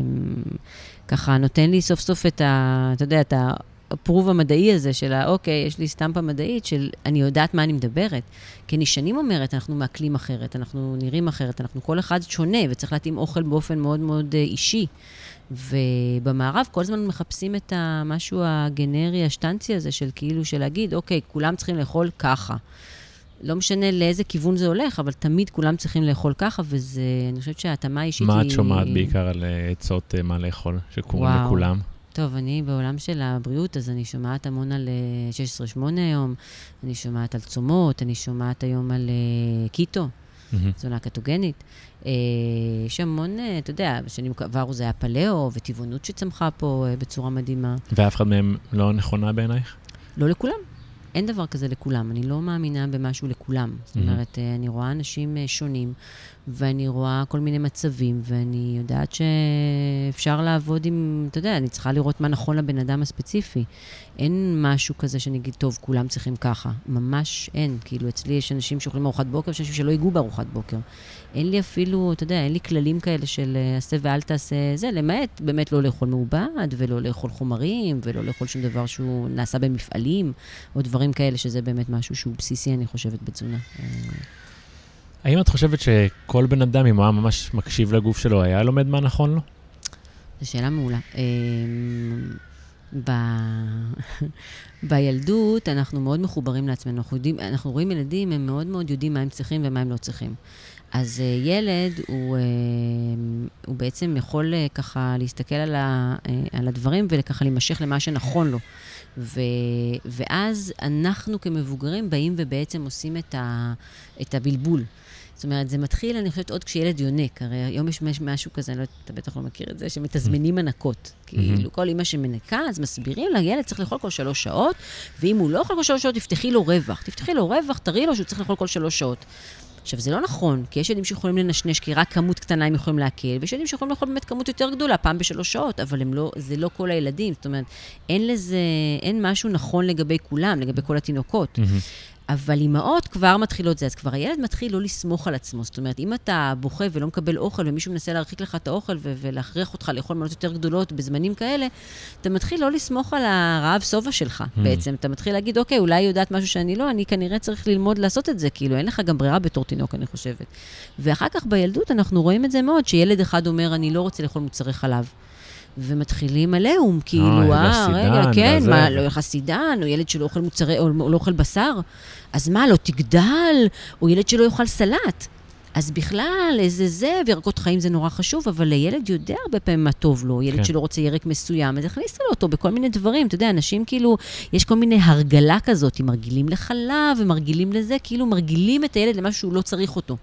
ככה נותן לי סוף סוף את אתה יודע, את הפרוב המדעי הזה של אוקיי, יש לי סטמפה מדעית של אני יודעת מה אני מדברת. כי אני שנים אומרת, אנחנו מעכלים אחרת, אנחנו נראים אחרת, אנחנו כל אחד שונה, וצריך להתאים אוכל באופן מאוד מאוד אישי. ובמערב כל הזמן מחפשים את המשהו הגנרי, השטנצי הזה של כאילו של להגיד, אוקיי, כולם צריכים לאכול ככה. לא משנה לאיזה כיוון זה הולך, אבל תמיד כולם צריכים לאכול ככה, וזה, אני חושבת שההתאמה אישית
מה את שומעת בעיקר על עצות מה לאכול, שקוראים לכולם?
טוב, אני בעולם של הבריאות, אז אני שומעת המון על 16-8 היום, אני שומעת על צומות, אני שומעת היום על קיטו, תזונה קטוגנית. יש המון, אתה יודע, בשנים עברו זה היה פלאו, וטבעונות שצמחה פה בצורה מדהימה.
ואף אחד מהם לא נכונה בעינייך?
לא לכולם. אין דבר כזה לכולם. אני לא מאמינה במשהו לכולם. זאת אומרת, אני רואה אנשים שונים, ואני רואה כל מיני מצבים, ואני יודעת שאפשר לעבוד עם, אתה יודע, אני צריכה לראות מה נכון לבן אדם הספציפי. אין משהו כזה שאני אגיד, טוב, כולם צריכים ככה. ממש אין. כאילו, אצלי יש אנשים שאוכלים ארוחת בוקר, יש אנשים שלא ייגעו בארוחת בוקר. אין לי אפילו, אתה יודע, אין לי כללים כאלה של עשה ואל תעשה זה, למעט באמת לא לאכול מעובד, ולא לאכול חומרים, ולא לאכול שום דבר שהוא נעשה במפעלים, או דברים כאלה, שזה באמת משהו שהוא בסיסי, אני חושבת, בתזונה.
האם את חושבת שכל בן אדם, אם הוא היה ממש מקשיב לגוף שלו, היה לומד מה נכון לו?
זו שאלה מעולה. בילדות אנחנו מאוד מחוברים לעצמנו. אנחנו רואים ילדים, הם מאוד מאוד יודעים מה הם צריכים ומה הם לא צריכים. אז ילד הוא בעצם יכול ככה להסתכל על הדברים וככה להימשך למה שנכון לו. ואז אנחנו כמבוגרים באים ובעצם עושים את הבלבול. זאת אומרת, זה מתחיל, אני חושבת, עוד כשילד יונק. הרי היום יש משהו כזה, אתה בטח לא מכיר את זה, שמתזמנים מנקות. כאילו, כל אמא שמנקה, אז מסבירים לילד, צריך לאכול כל 3 שעות, ואם הוא לא אוכל כל 3 שעות, תפתחי לו רווח, תראי לו שהוא צריך לאכול כל 3 שעות. עכשיו, זה לא נכון, כי יש ילדים שיכולים לנשנש, כי רק כמות קטנה הם יכולים להקל, ויש ילדים שיכולים לאכול באמת כמות יותר גדולה, פעם ב3 שעות, אבל זה לא כל הילדים. זאת אומרת, אין משהו נכון לגבי כולם, לגבי כל התינוקות. אבל אמהות כבר מתחילות זה, אז כבר הילד מתחיל לא לסמוך על עצמו. זאת אומרת, אם אתה בוכה ולא מקבל אוכל, ומישהו מנסה להרחיק לך את האוכל, ולהכריח אותך לאכול מנות יותר גדולות בזמנים כאלה, אתה מתחיל לא לסמוך על הרעב סובה שלך, בעצם. אתה מתחיל להגיד, אוקיי, אולי היא יודעת משהו שאני לא, אני כנראה צריך ללמוד לעשות את זה, כאילו, אין לך גם ברירה בתור תינוק, אני חושבת. ואחר כך בילדות אנחנו רואים את זה מאוד, שילד אחד אומר, אני לא רוצה לאכול מוצרי חלב. ומתחילים עליהם, כאילו, רגע, כן, מה, לא חסידן, או ילד שלא אוכל מוצרי, או לא אוכל בשר, אז מה, לא תגדל, או ילד שלא יאכל סלט. אז בכלל, איזה זה, וירקות חיים זה נורא חשוב, אבל לילד יודע הרבה פעמים מה טוב לו, ילד שלא רוצה ירק מסוים, אז יכניס לו אותו בכל מיני דברים, אתה יודע, אנשים כאילו, יש כל מיני הרגלה כזאת, הם מרגילים לחלב, ומרגילים לזה, כאילו מרגילים את הילד למשהו שהוא לא צריך אותו.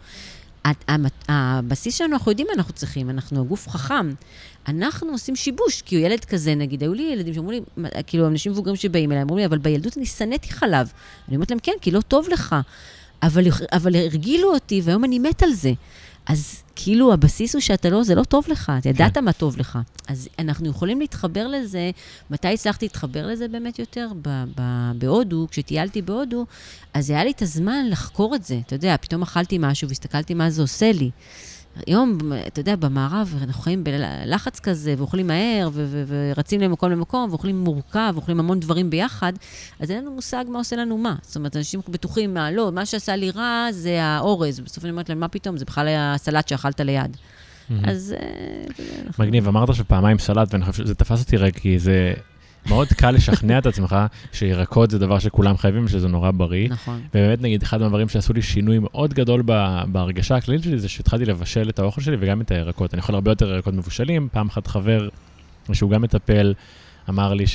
הבסיס שלנו, אנחנו יודעים מה אנחנו צריכים, אנחנו הגוף חכם, אנחנו עושים שיבוש, כי הוא ילד כזה, נגיד, היו לי ילדים שאומרו לי, כאילו, אנשים מבוגרים שבאים אליי, אמרו לי, אבל בילדות אני שנאתי חלב. אני אומרת להם, כן, כי לא טוב לך. אבל הרגילו אותי, והיום אני מת על זה. אז כאילו, הבסיס הוא שאתה לא, זה לא טוב לך, אתה ידעת מה טוב לך. אז אנחנו יכולים להתחבר לזה, מתי הצלחתי להתחבר לזה באמת יותר? בהודו, כשטיילתי בהודו, אז היה לי את הזמן לחקור את זה. אתה יודע, פתאום אכלתי משהו והסתכלתי מה זה עושה לי. היום, אתה יודע, במערב, אנחנו חיים בלחץ כזה, ואוכלים מהר, ורצים למקום למקום, ואוכלים מורכב, ואוכלים המון דברים ביחד, אז אין לנו מושג מה עושה לנו מה. זאת אומרת, אנשים בטוחים, לא, מה שעשה לי רע זה האורז, בסוף אני אומרת להם, מה פתאום? זה בכלל היה סלט שאכלת ליד. אז...
מגניב, אמרת שפעמיים סלט, ואני חושב שזה תפס אותי רגע, כי זה... מאוד קל לשכנע את עצמך שירקות זה דבר שכולם חייבים, שזה נורא בריא.
נכון.
ובאמת, נגיד, אחד מהדברים שעשו לי שינוי מאוד גדול בהרגשה הכללית שלי, זה שהתחלתי לבשל את האוכל שלי וגם את הירקות. אני יכול הרבה יותר ירקות מבושלים. פעם אחת חבר, שהוא גם מטפל, אמר לי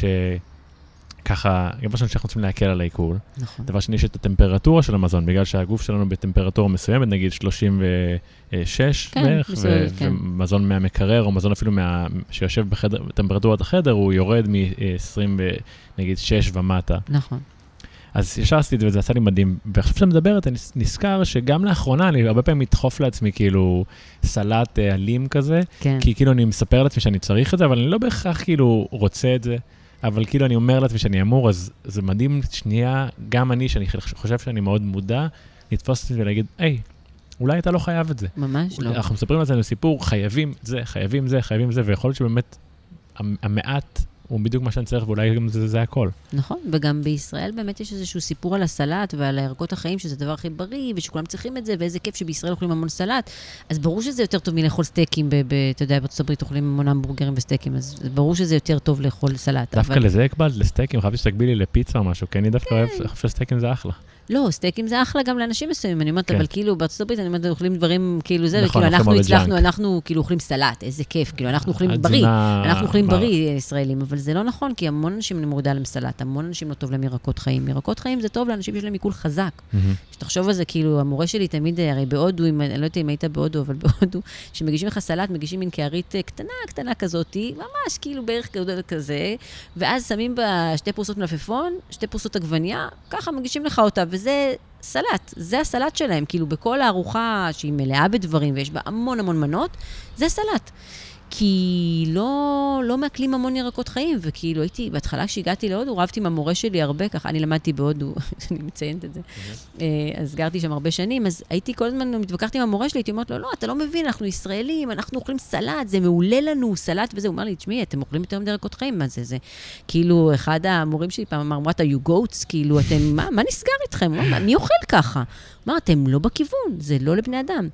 שככה, גם פשוט שאנחנו רוצים להקל על העיכול.
נכון.
דבר שני, יש את הטמפרטורה של המזון, בגלל שהגוף שלנו בטמפרטורה מסוימת, נגיד 36 בערך, ומזון מהמקרר, או מזון אפילו שיושב בטמפרטורת החדר, הוא יורד מ-20, נגיד 6 ומטה.
נכון.
אז ישר עשיתי את זה, וזה עשה לי מדהים. ועכשיו שאתה מדברת, אני נזכר שגם לאחרונה, אני הרבה פעמים מתחוף לעצמי, כאילו, סלט אלים כזה, כי כאילו אני מספר לעצמי שאני צריך את זה, אבל אני לא בהכרח כאילו רוצה את זה. אבל כאילו אני אומר לעצמי שאני אמור, אז זה מדהים שנייה, גם אני, שאני חושב שאני מאוד מודע, לתפוס אותי ולהגיד, היי, אולי אתה לא חייב את זה.
ממש לא.
אנחנו מספרים לעצמנו סיפור, חייבים זה, חייבים זה, חייבים זה, ויכול להיות שבאמת המעט הוא בדיוק מה שאני צריך, ואולי גם זה הכל.
נכון, וגם בישראל באמת יש איזשהו סיפור על הסלט ועל הירקות החיים, שזה הדבר הכי בריא, ושכולם צריכים את זה, ואיזה כיף שבישראל אוכלים המון סלט. אז ברור שזה יותר טוב מלאכול סטייקים, אתה יודע, בארצות הברית אוכלים המון המבורגרים וסטייקים, אז ברור שזה יותר טוב לאכול סלט.
דווקא לזה הקבלת, לסטייקים, חייבתי שתקבילי לפיצה או משהו, כי אני דווקא אוהב שסטייקים זה אחלה.
לא, סטייקים זה אחלה גם לאנשים מסוימים, אני אומרת, אבל כאילו בארצות הברית אני אומרת, אוכלים דברים כאילו זה, וכאילו אנחנו הצלחנו, אנחנו כאילו אוכלים סלט, איזה כיף, כאילו אנחנו אוכלים בריא, אנחנו אוכלים בריא ישראלים, אבל זה לא נכון, כי המון אנשים אני מורידה להם סלט, המון אנשים לא טוב להם ירקות חיים. ירקות חיים זה טוב לאנשים שיש להם עיכול חזק. שתחשוב על זה, כאילו, המורה שלי תמיד, הרי בהודו, אני לא יודעת אם היית בהודו, אבל בהודו, שמגישים לך סלט, מגישים מין קערית קטנה כזאת, ממש כאילו בערך כזה, ואז שמים בה 2 פרוסות מלפפון, 2 פרוסות עגבניה, ככה מגישים לך אותה, וזה סלט, זה הסלט שלהם, כאילו בכל הארוחה שהיא מלאה בדברים, ויש בה המון מנות, זה סלט. כי לא מעכלים המון ירקות חיים, וכאילו הייתי, בהתחלה כשהגעתי להודו, רבתי עם המורה שלי הרבה, ככה אני למדתי בהודו, אני מציינת את זה, אז גרתי שם הרבה שנים, אז הייתי כל הזמן מתווכחת עם המורה שלי, הייתי אומרת לו, לא, אתה לא מבין, אנחנו ישראלים, אנחנו אוכלים סלט, זה מעולה לנו, סלט וזה, הוא אומר לי, תשמעי, אתם אוכלים יותר מדי ירקות חיים, מה זה? כאילו, אחד המורים שלי פעם אמר, you goats, כאילו, אתם, מה נסגר איתכם? מי אוכל ככה? אמר, אתם לא בכיוון, זה לא לבני אדם.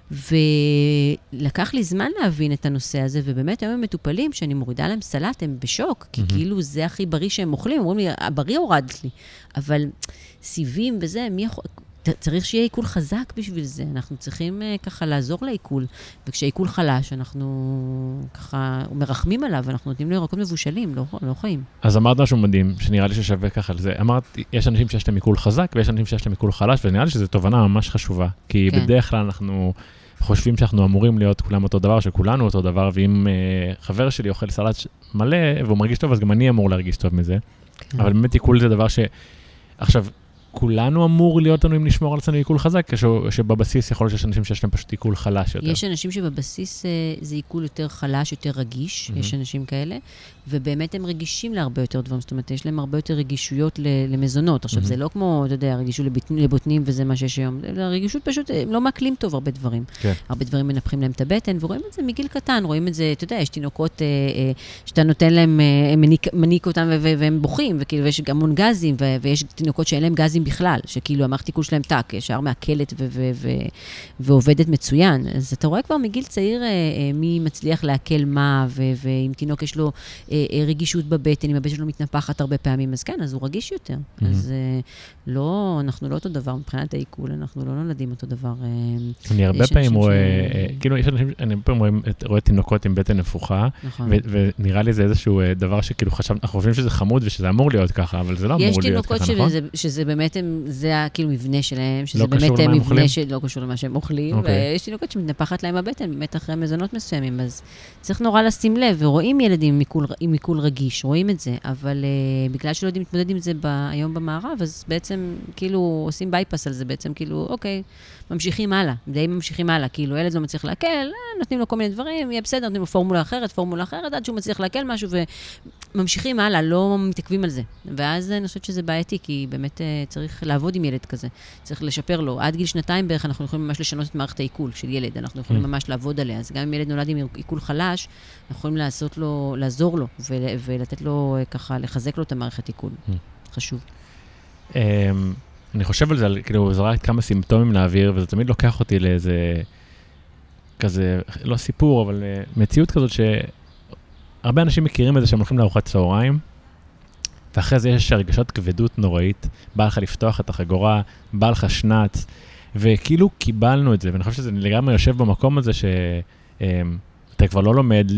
ולקח לי זמן להבין את הנושא הזה, ובאמת היום הם מטופלים, שאני מורידה להם סלט, הם בשוק, כי כאילו זה הכי בריא שהם אוכלים, אומרים לי, הבריא הורדת לי, אבל סיבים וזה, צריך שיהיה עיכול חזק בשביל זה, אנחנו צריכים ככה לעזור לעיכול, וכשהעיכול חלש, אנחנו ככה מרחמים עליו, אנחנו נותנים לו ירקות מבושלים, לא חיים.
אז אמרת משהו מדהים, שנראה לי ששווה ככה על זה. אמרת, יש אנשים שיש להם עיכול חזק, ויש אנשים שיש להם עיכול חלש, ונראה לי שזו תובנה ממש חשובה, כי בדרך כלל אנחנו חושבים שאנחנו אמורים להיות כולם אותו דבר, שכולנו אותו דבר, ואם חבר שלי אוכל סלט מלא, והוא מרגיש טוב, אז גם אני אמור להרגיש טוב מזה. אבל באמת עיכול זה דבר עכשיו, כולנו אמור להיות לנו אם נשמור על עצמנו עיכול חזק, שבבסיס יכול להיות שיש אנשים שיש להם פשוט עיכול חלש יותר.
יש אנשים שבבסיס זה עיכול יותר חלש, יותר רגיש, יש אנשים כאלה, ובאמת הם רגישים להרבה יותר דברים, זאת אומרת, יש להם הרבה יותר רגישויות למזונות. עכשיו, זה לא כמו, אתה יודע, רגישות לבוטנים וזה מה שיש היום. הרגישות פשוט, הם לא מעכלים טוב הרבה דברים. הרבה דברים מנפחים להם את הבטן, ורואים את זה מגיל קטן, רואים את זה, אתה יודע, יש תינוקות שאתה נותן להם, מניק אותם והם בוכים, וכאילו, ויש המון גזים, ויש תינוקות שאין להם גזים מנופאוזים בכלל, שכאילו המערכת עיכול שלהם טק, ישר מעכלת ועובדת מצוין. אז אתה רואה כבר מגיל צעיר מי מצליח לעכל מה, ואם תינוק יש לו רגישות בבטן, אם הבטן שלו מתנפחת הרבה פעמים, אז כן, אז הוא רגיש יותר. אז אנחנו לא אותו דבר מבחינת העיכול, אנחנו לא נולדים אותו דבר.
אני הרבה פעמים רואה, כאילו יש אנשים, אני הרבה פעמים רואה תינוקות עם בטן נפוחה, ונראה לי זה איזשהו דבר שכאילו אנחנו חושבים שזה חמוד ושזה אמור להיות ככה, אבל זה לא אמור להיות ככה, נכון?
יש תינוקות שזה באמת, זה כאילו מבנה שלהם, שזה באמת מבנה שלא קשור למה שהם אוכלים, ויש תינוקות שמתנפחת להם הבטן, באמת אחרי מזונות מסוימים, אז צריך נורא לשים לב, ורואים ילדים עם עיכול רגיש, רואים את זה, אבל בגלל שלא יודעים להתמודד עם זה היום במערב, אז בעצם כאילו עושים בייפס על זה, בעצם כאילו, אוקיי, ממשיכים הלאה, די ממשיכים הלאה, כאילו ילד לא מצליח להקל, נותנים לו כל מיני דברים, יהיה בסדר, נותנים לו פורמולה אחרת, עד שהוא מצליח להקל משהו, וממשיכים הלאה, לא מתעכבים על זה. ואז אני חושבת שזה בעייתי, כי באמת צריך לעבוד עם ילד כזה, צריך לשפר לו. עד גיל 2 בערך אנחנו יכולים ממש לשנות את מערכת העיכול של ילד, אנחנו יכולים ממש לעבוד עליה. אז גם אם ילד נולד עם עיכול חלש, אנחנו יכולים לעזור לו, ולתת לו ככה, לחזק לו את המערכת עיכול. חשוב.
אני חושב על זה, כאילו, זרקת כמה סימפטומים להעביר, וזה תמיד לוקח אותי לאיזה, כזה, לא סיפור, אבל מציאות כזאת שהרבה אנשים מכירים את זה שהם הולכים לארוחת צהריים, ואחרי זה יש הרגשת כבדות נוראית, בא לך לפתוח את החגורה, בא לך שנץ, וכאילו קיבלנו את זה, ואני חושב שזה לגמרי יושב במקום הזה אתה כבר לא לומד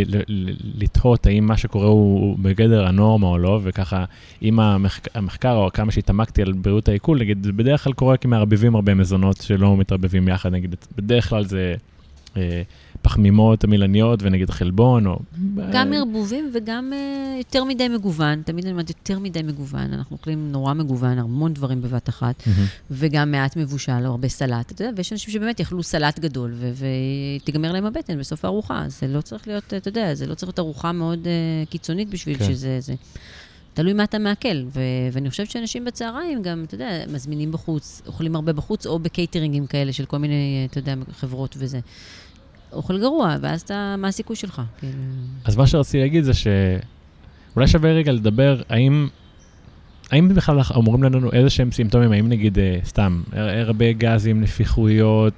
לתהות האם מה שקורה הוא בגדר הנורמה או לא, וככה אם המחקר או כמה שהתעמקתי על בריאות העיכול, נגיד, זה בדרך כלל קורה כי מערבבים הרבה מזונות שלא מתערבבים יחד, נגיד, בדרך כלל זה פחמימות המילניות ונגיד חלבון, או...
גם ערבובים וגם יותר מדי מגוון, תמיד אני אומרת יותר מדי מגוון, אנחנו אוכלים נורא מגוון, המון דברים בבת אחת, וגם מעט מבושל או הרבה סלט, אתה יודע, ויש אנשים שבאמת יאכלו סלט גדול, ותיגמר להם הבטן בסוף הארוחה, זה לא צריך להיות, אתה יודע, זה לא צריך להיות ארוחה מאוד קיצונית בשביל שזה... תלוי מה אתה מעכל, ואני חושבת שאנשים בצהריים גם, אתה יודע, מזמינים בחוץ, אוכלים הרבה בחוץ, או בקייטרינגים כאלה של כל מיני, אתה יודע, חברות וזה. אוכל גרוע, ואז מה הסיכוי שלך?
אז מה שרציתי להגיד זה שאולי שווה רגע לדבר, האם בכלל אומרים לנו איזה שהם סימפטומים, האם נגיד סתם, הרבה גזים, נפיחויות,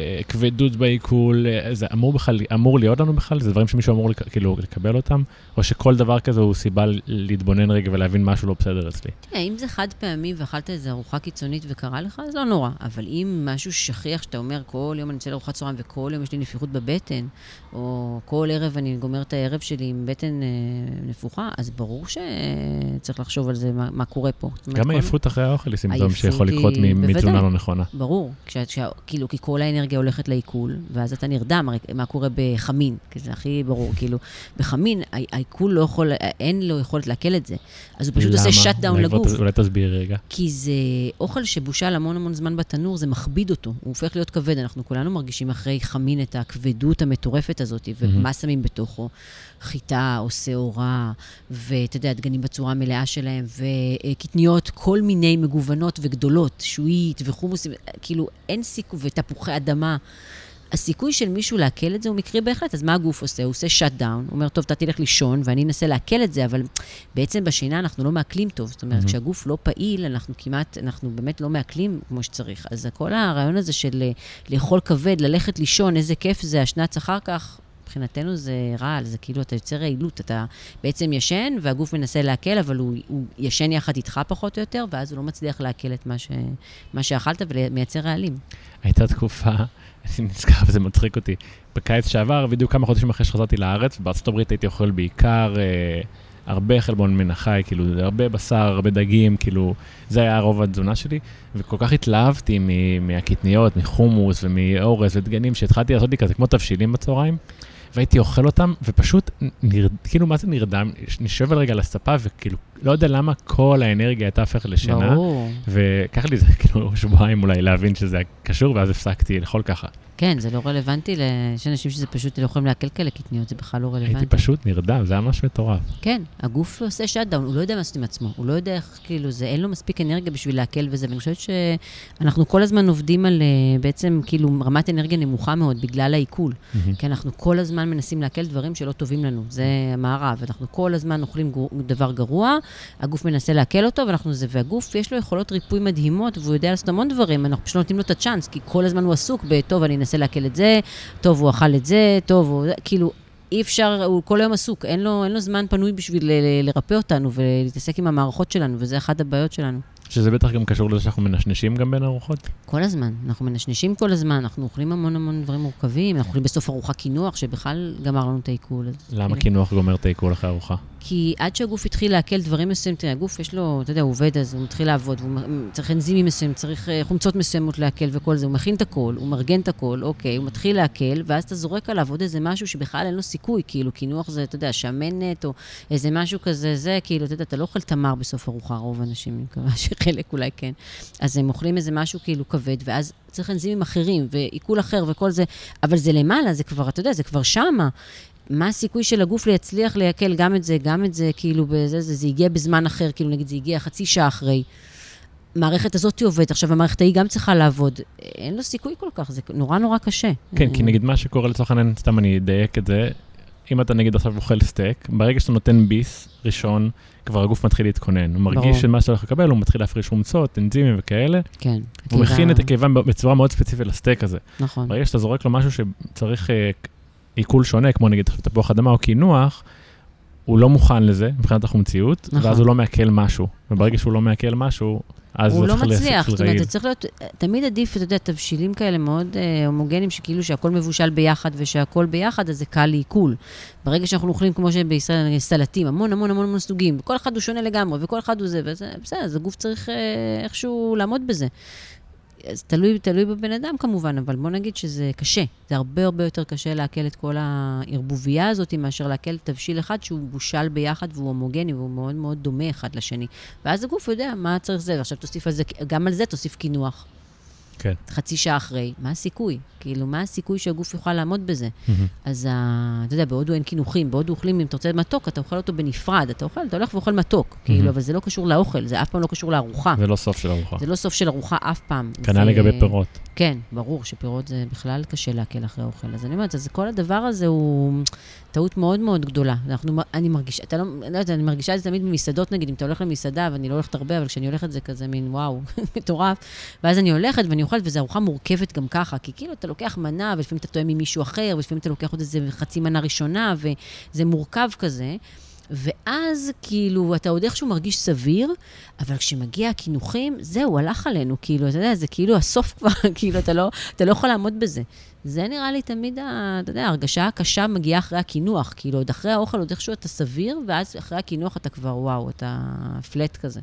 כבדות בעיכול, זה אמור להיות לנו בכלל? זה דברים שמישהו אמור כאילו לקבל אותם? או שכל דבר כזה הוא סיבה להתבונן רגע ולהבין משהו לא בסדר אצלי?
אם זה חד פעמי ואכלת איזו ארוחה קיצונית וקרה לך, אז לא נורא. אבל אם משהו שכיח שאתה אומר, כל יום אני יוצא לארוחת צהריים וכל יום יש לי נפיחות בבטן, או כל ערב אני גומר את הערב שלי עם בטן נפוחה, אז ברור שצריך לחשוב על זה, מה קורה פה.
גם העייפות אחרי האוכל היא סימפטום שיכול לקרות מתזונה לא נכונה.
ברור, כאילו, כי כל האנרגיה הולכת לעיכול, ואז אתה נרדם, מה קורה בחמין, כי זה הכי ברור, כאילו, בחמין, העיכול לא יכול, אין לו יכולת לעכל את זה. אז הוא פשוט עושה שאט דאון לגוף.
אולי תסביר רגע.
כי זה אוכל שבושל המון זמן בתנור, זה מכביד אותו, הוא הופך להיות כבד, אנחנו כולנו מרגישים אחרי חמין את הכבדות המטורפת הזאת, ומה שמים בתוכו, חיטה או שעורה, ואתה יודע, דגנים בצורה המלאה שלהם, וקטניות כל מיני מגוונות וגדולות, שועית וחומוס, כאילו אין סיכוי, ותפוחי אדמה. הסיכוי של מישהו להקל את זה הוא מקרי בהחלט, אז מה הגוף עושה? הוא עושה שאט דאון, הוא אומר, טוב, אתה תלך לישון, ואני אנסה להקל את זה, אבל בעצם בשינה אנחנו לא מעכלים טוב, זאת אומרת, כשהגוף לא פעיל, אנחנו באמת לא מעכלים כמו שצריך. אז כל הרעיון הזה של לאכול כבד, ללכת לישון, איזה כיף זה, השנץ אחר כך, מבחינתנו זה רעל, זה כאילו אתה יוצר רעילות, אתה בעצם ישן והגוף מנסה להקל, אבל הוא ישן יחד איתך פחות או יותר, ואז הוא לא מצליח להקל את מה שאכלת ומייצר רעלים.
הייתה תקופה, אני נזכר וזה מצחיק אותי, בקיץ שעבר, בדיוק כמה חודשים אחרי שחזרתי לארץ, בארצות הברית הייתי אוכל בעיקר הרבה חלבון מן החי, כאילו הרבה בשר, הרבה דגים, כאילו זה היה רוב התזונה שלי, וכל כך התלהבתי מהקטניות, מחומוס ומאורז ודגנים, שהתחלתי לעשות לי כזה כמו תבשילים בצהריים, והייתי אוכל אותם, ופשוט, כאילו מה זה נרדם, נשב על רגע לספה, וכאילו, לא יודע למה כל האנרגיה הייתה הפכת לשינה, וככה לי זה כאילו שבועיים אולי להבין שזה קשור, ואז הפסקתי לאכול ככה.
כן, זה לא רלוונטי, יש אנשים שזה פשוט לא יכולים להקל כאלה קטניות, זה בכלל לא רלוונטי.
הייתי פשוט נרדם, זה היה ממש מטורף.
כן, הגוף עושה שאט דאון, הוא לא יודע מה לעשות עם עצמו, הוא לא יודע איך, כאילו, אין לו מספיק אנרגיה בשביל להקל וזה, ואני חושבת שאנחנו כל הזמן עובדים על בעצם, כאילו, רמת אנרגיה נמוכה מאוד בגלל העיכול, כי אנחנו כל הזמן הזמן מנסים להקל דברים שלא טובים לנו. זה המערב. אנחנו כל הזמן אוכלים דבר גרוע, הגוף מנסה להקל אותו, והגוף יש לו יכולות ריפוי מדהימות, והוא יודע לעשות המון דברים, אנחנו פשוט נותנים לו את הצ'אנס, כי כל הזמן הוא עסוק בטוב, אני אנסה להקל את זה, טוב, הוא אכל את זה, טוב, כאילו, אי אפשר, הוא כל היום עסוק, אין לו זמן פנוי בשביל לרפא אותנו ולהתעסק עם המערכות שלנו, וזה אחת הבעיות שלנו.
שזה בטח גם קשור לזה שאנחנו מנשנשים גם בין ארוחות?
כל הזמן, אנחנו מנשנשים כל הזמן, אנחנו אוכלים המון דברים מורכבים, אנחנו אוכלים בסוף ארוחה קינוח, שבכלל גמר לנו את העיכול.
למה קינוח גומר את העיכול אחרי ארוחה?
כי עד שהגוף התחיל להקל דברים מסוימים, תראה, הגוף יש לו, אתה יודע, הוא עובד אז, הוא מתחיל לעבוד, והוא צריך אנזימים מסוימים, צריך חומצות מסוימות להקל וכל זה, הוא מכין את הכל, הוא מרגן את הכל, אוקיי, הוא מתחיל להקל, ואז אתה זורק עליו עוד איזה משהו שבכלל אין לו סיכוי, כאילו, קינוח זה, אתה יודע, שמנת, או איזה משהו כזה, זה, כאילו, אתה יודע, אתה לא אוכל תמר בסוף ארוחה, רוב האנשים, אני מקווה שחלק אולי כן. אז הם אוכלים איזה משהו כאילו כבד, ואז צריך אנזימים אחרים, ועיכול אחר וכל זה, אבל זה למעלה, זה כבר, אתה יודע, זה כבר שמה. מה הסיכוי של הגוף להצליח להקל גם את זה, כאילו, זה הגיע בזמן אחר, כאילו, נגיד, זה הגיע חצי שעה אחרי. המערכת הזאת עובדת, עכשיו המערכת ההיא גם צריכה לעבוד. אין לו סיכוי כל כך, זה נורא קשה.
כן, כי נגיד מה שקורה לצורך העניין, סתם אני אדייק את זה, אם אתה נגיד עכשיו אוכל סטייק, ברגע שאתה נותן ביס ראשון, כבר הגוף מתחיל להתכונן. הוא מרגיש שמה שאתה הולך לקבל, הוא מתחיל להפריש חומצות, אנזימים וכאלה.
כן.
הוא מכין את הקיבה בצורה מאוד ספציפית לסטייק הזה.
נכון.
ברגע שאתה זורק לו משהו שצריך עיכול שונה, כמו נגיד תפוח אדמה או קינוח, הוא לא מוכן לזה, מבחינת החומציות, ואז הוא לא מעכל משהו. וברגע שהוא לא מעכל משהו, אז
הוא לא מצליח, זאת אומרת, זה צריך להיות, תמיד עדיף, אתה יודע, תבשילים כאלה מאוד הומוגנים, שכאילו שהכל מבושל ביחד ושהכל ביחד, אז זה קל לעיכול. ברגע שאנחנו אוכלים כמו שבישראל סלטים, המון סוגים, וכל אחד הוא שונה לגמרי, וכל אחד הוא זה, בסדר, אז הגוף צריך איכשהו לעמוד בזה. אז תלוי בבן אדם כמובן, אבל בוא נגיד שזה קשה. זה הרבה יותר קשה להקל את כל הערבוביה הזאת, מאשר להקל תבשיל אחד שהוא בושל ביחד והוא הומוגני, והוא מאוד מאוד דומה אחד לשני. ואז הגוף יודע מה צריך זה, ועכשיו תוסיף על זה, גם על זה תוסיף קינוח.
כן.
חצי שעה אחרי. מה הסיכוי? כאילו, מה הסיכוי שהגוף יוכל לעמוד בזה? אז אתה יודע, בהודו אין קינוחים, בהודו אוכלים, אם אתה רוצה מתוק, אתה אוכל אותו בנפרד, אתה הולך ואוכל מתוק, כאילו, אבל זה לא קשור לאוכל, זה אף פעם לא קשור לארוחה.
זה לא סוף של ארוחה.
זה לא סוף של ארוחה אף פעם.
כנ"ל לגבי פירות.
כן, ברור שפירות זה בכלל קשה להקל אחרי האוכל. אז אני אומרת, אז כל הדבר הזה הוא טעות מאוד מאוד גדולה. אני מרגישה את זה תמיד במסעדות, נגיד, אם אתה הולך למסעדה, ואני לא הולכת הרבה, אבל כשאני הולכת זה כזה מין וואו, מטורף. ואז אני הולכת ואני אוכלת, וזו ארוחה מורכבת גם ככה, כי כאילו אתה לוקח מנה, ולפעמים אתה טועם ממישהו אחר, ולפעמים אתה לוקח עוד איזה חצי מנה ראשונה, וזה מורכב כזה. ואז כאילו, אתה עוד איכשהו מרגיש סביר, אבל כשמגיע הקינוחים, זהו, הלך עלינו, כאילו, אתה יודע, זה כאילו הסוף כבר, כאילו, אתה לא יכול לעמוד בזה. זה נראה לי תמיד, אתה יודע, הרגשה הקשה מגיעה אחרי הקינוח, כאילו, עוד אחרי האוכל, עוד איכשהו אתה סביר, ואז אחרי הקינוח אתה כבר, וואו, אתה פלט כזה.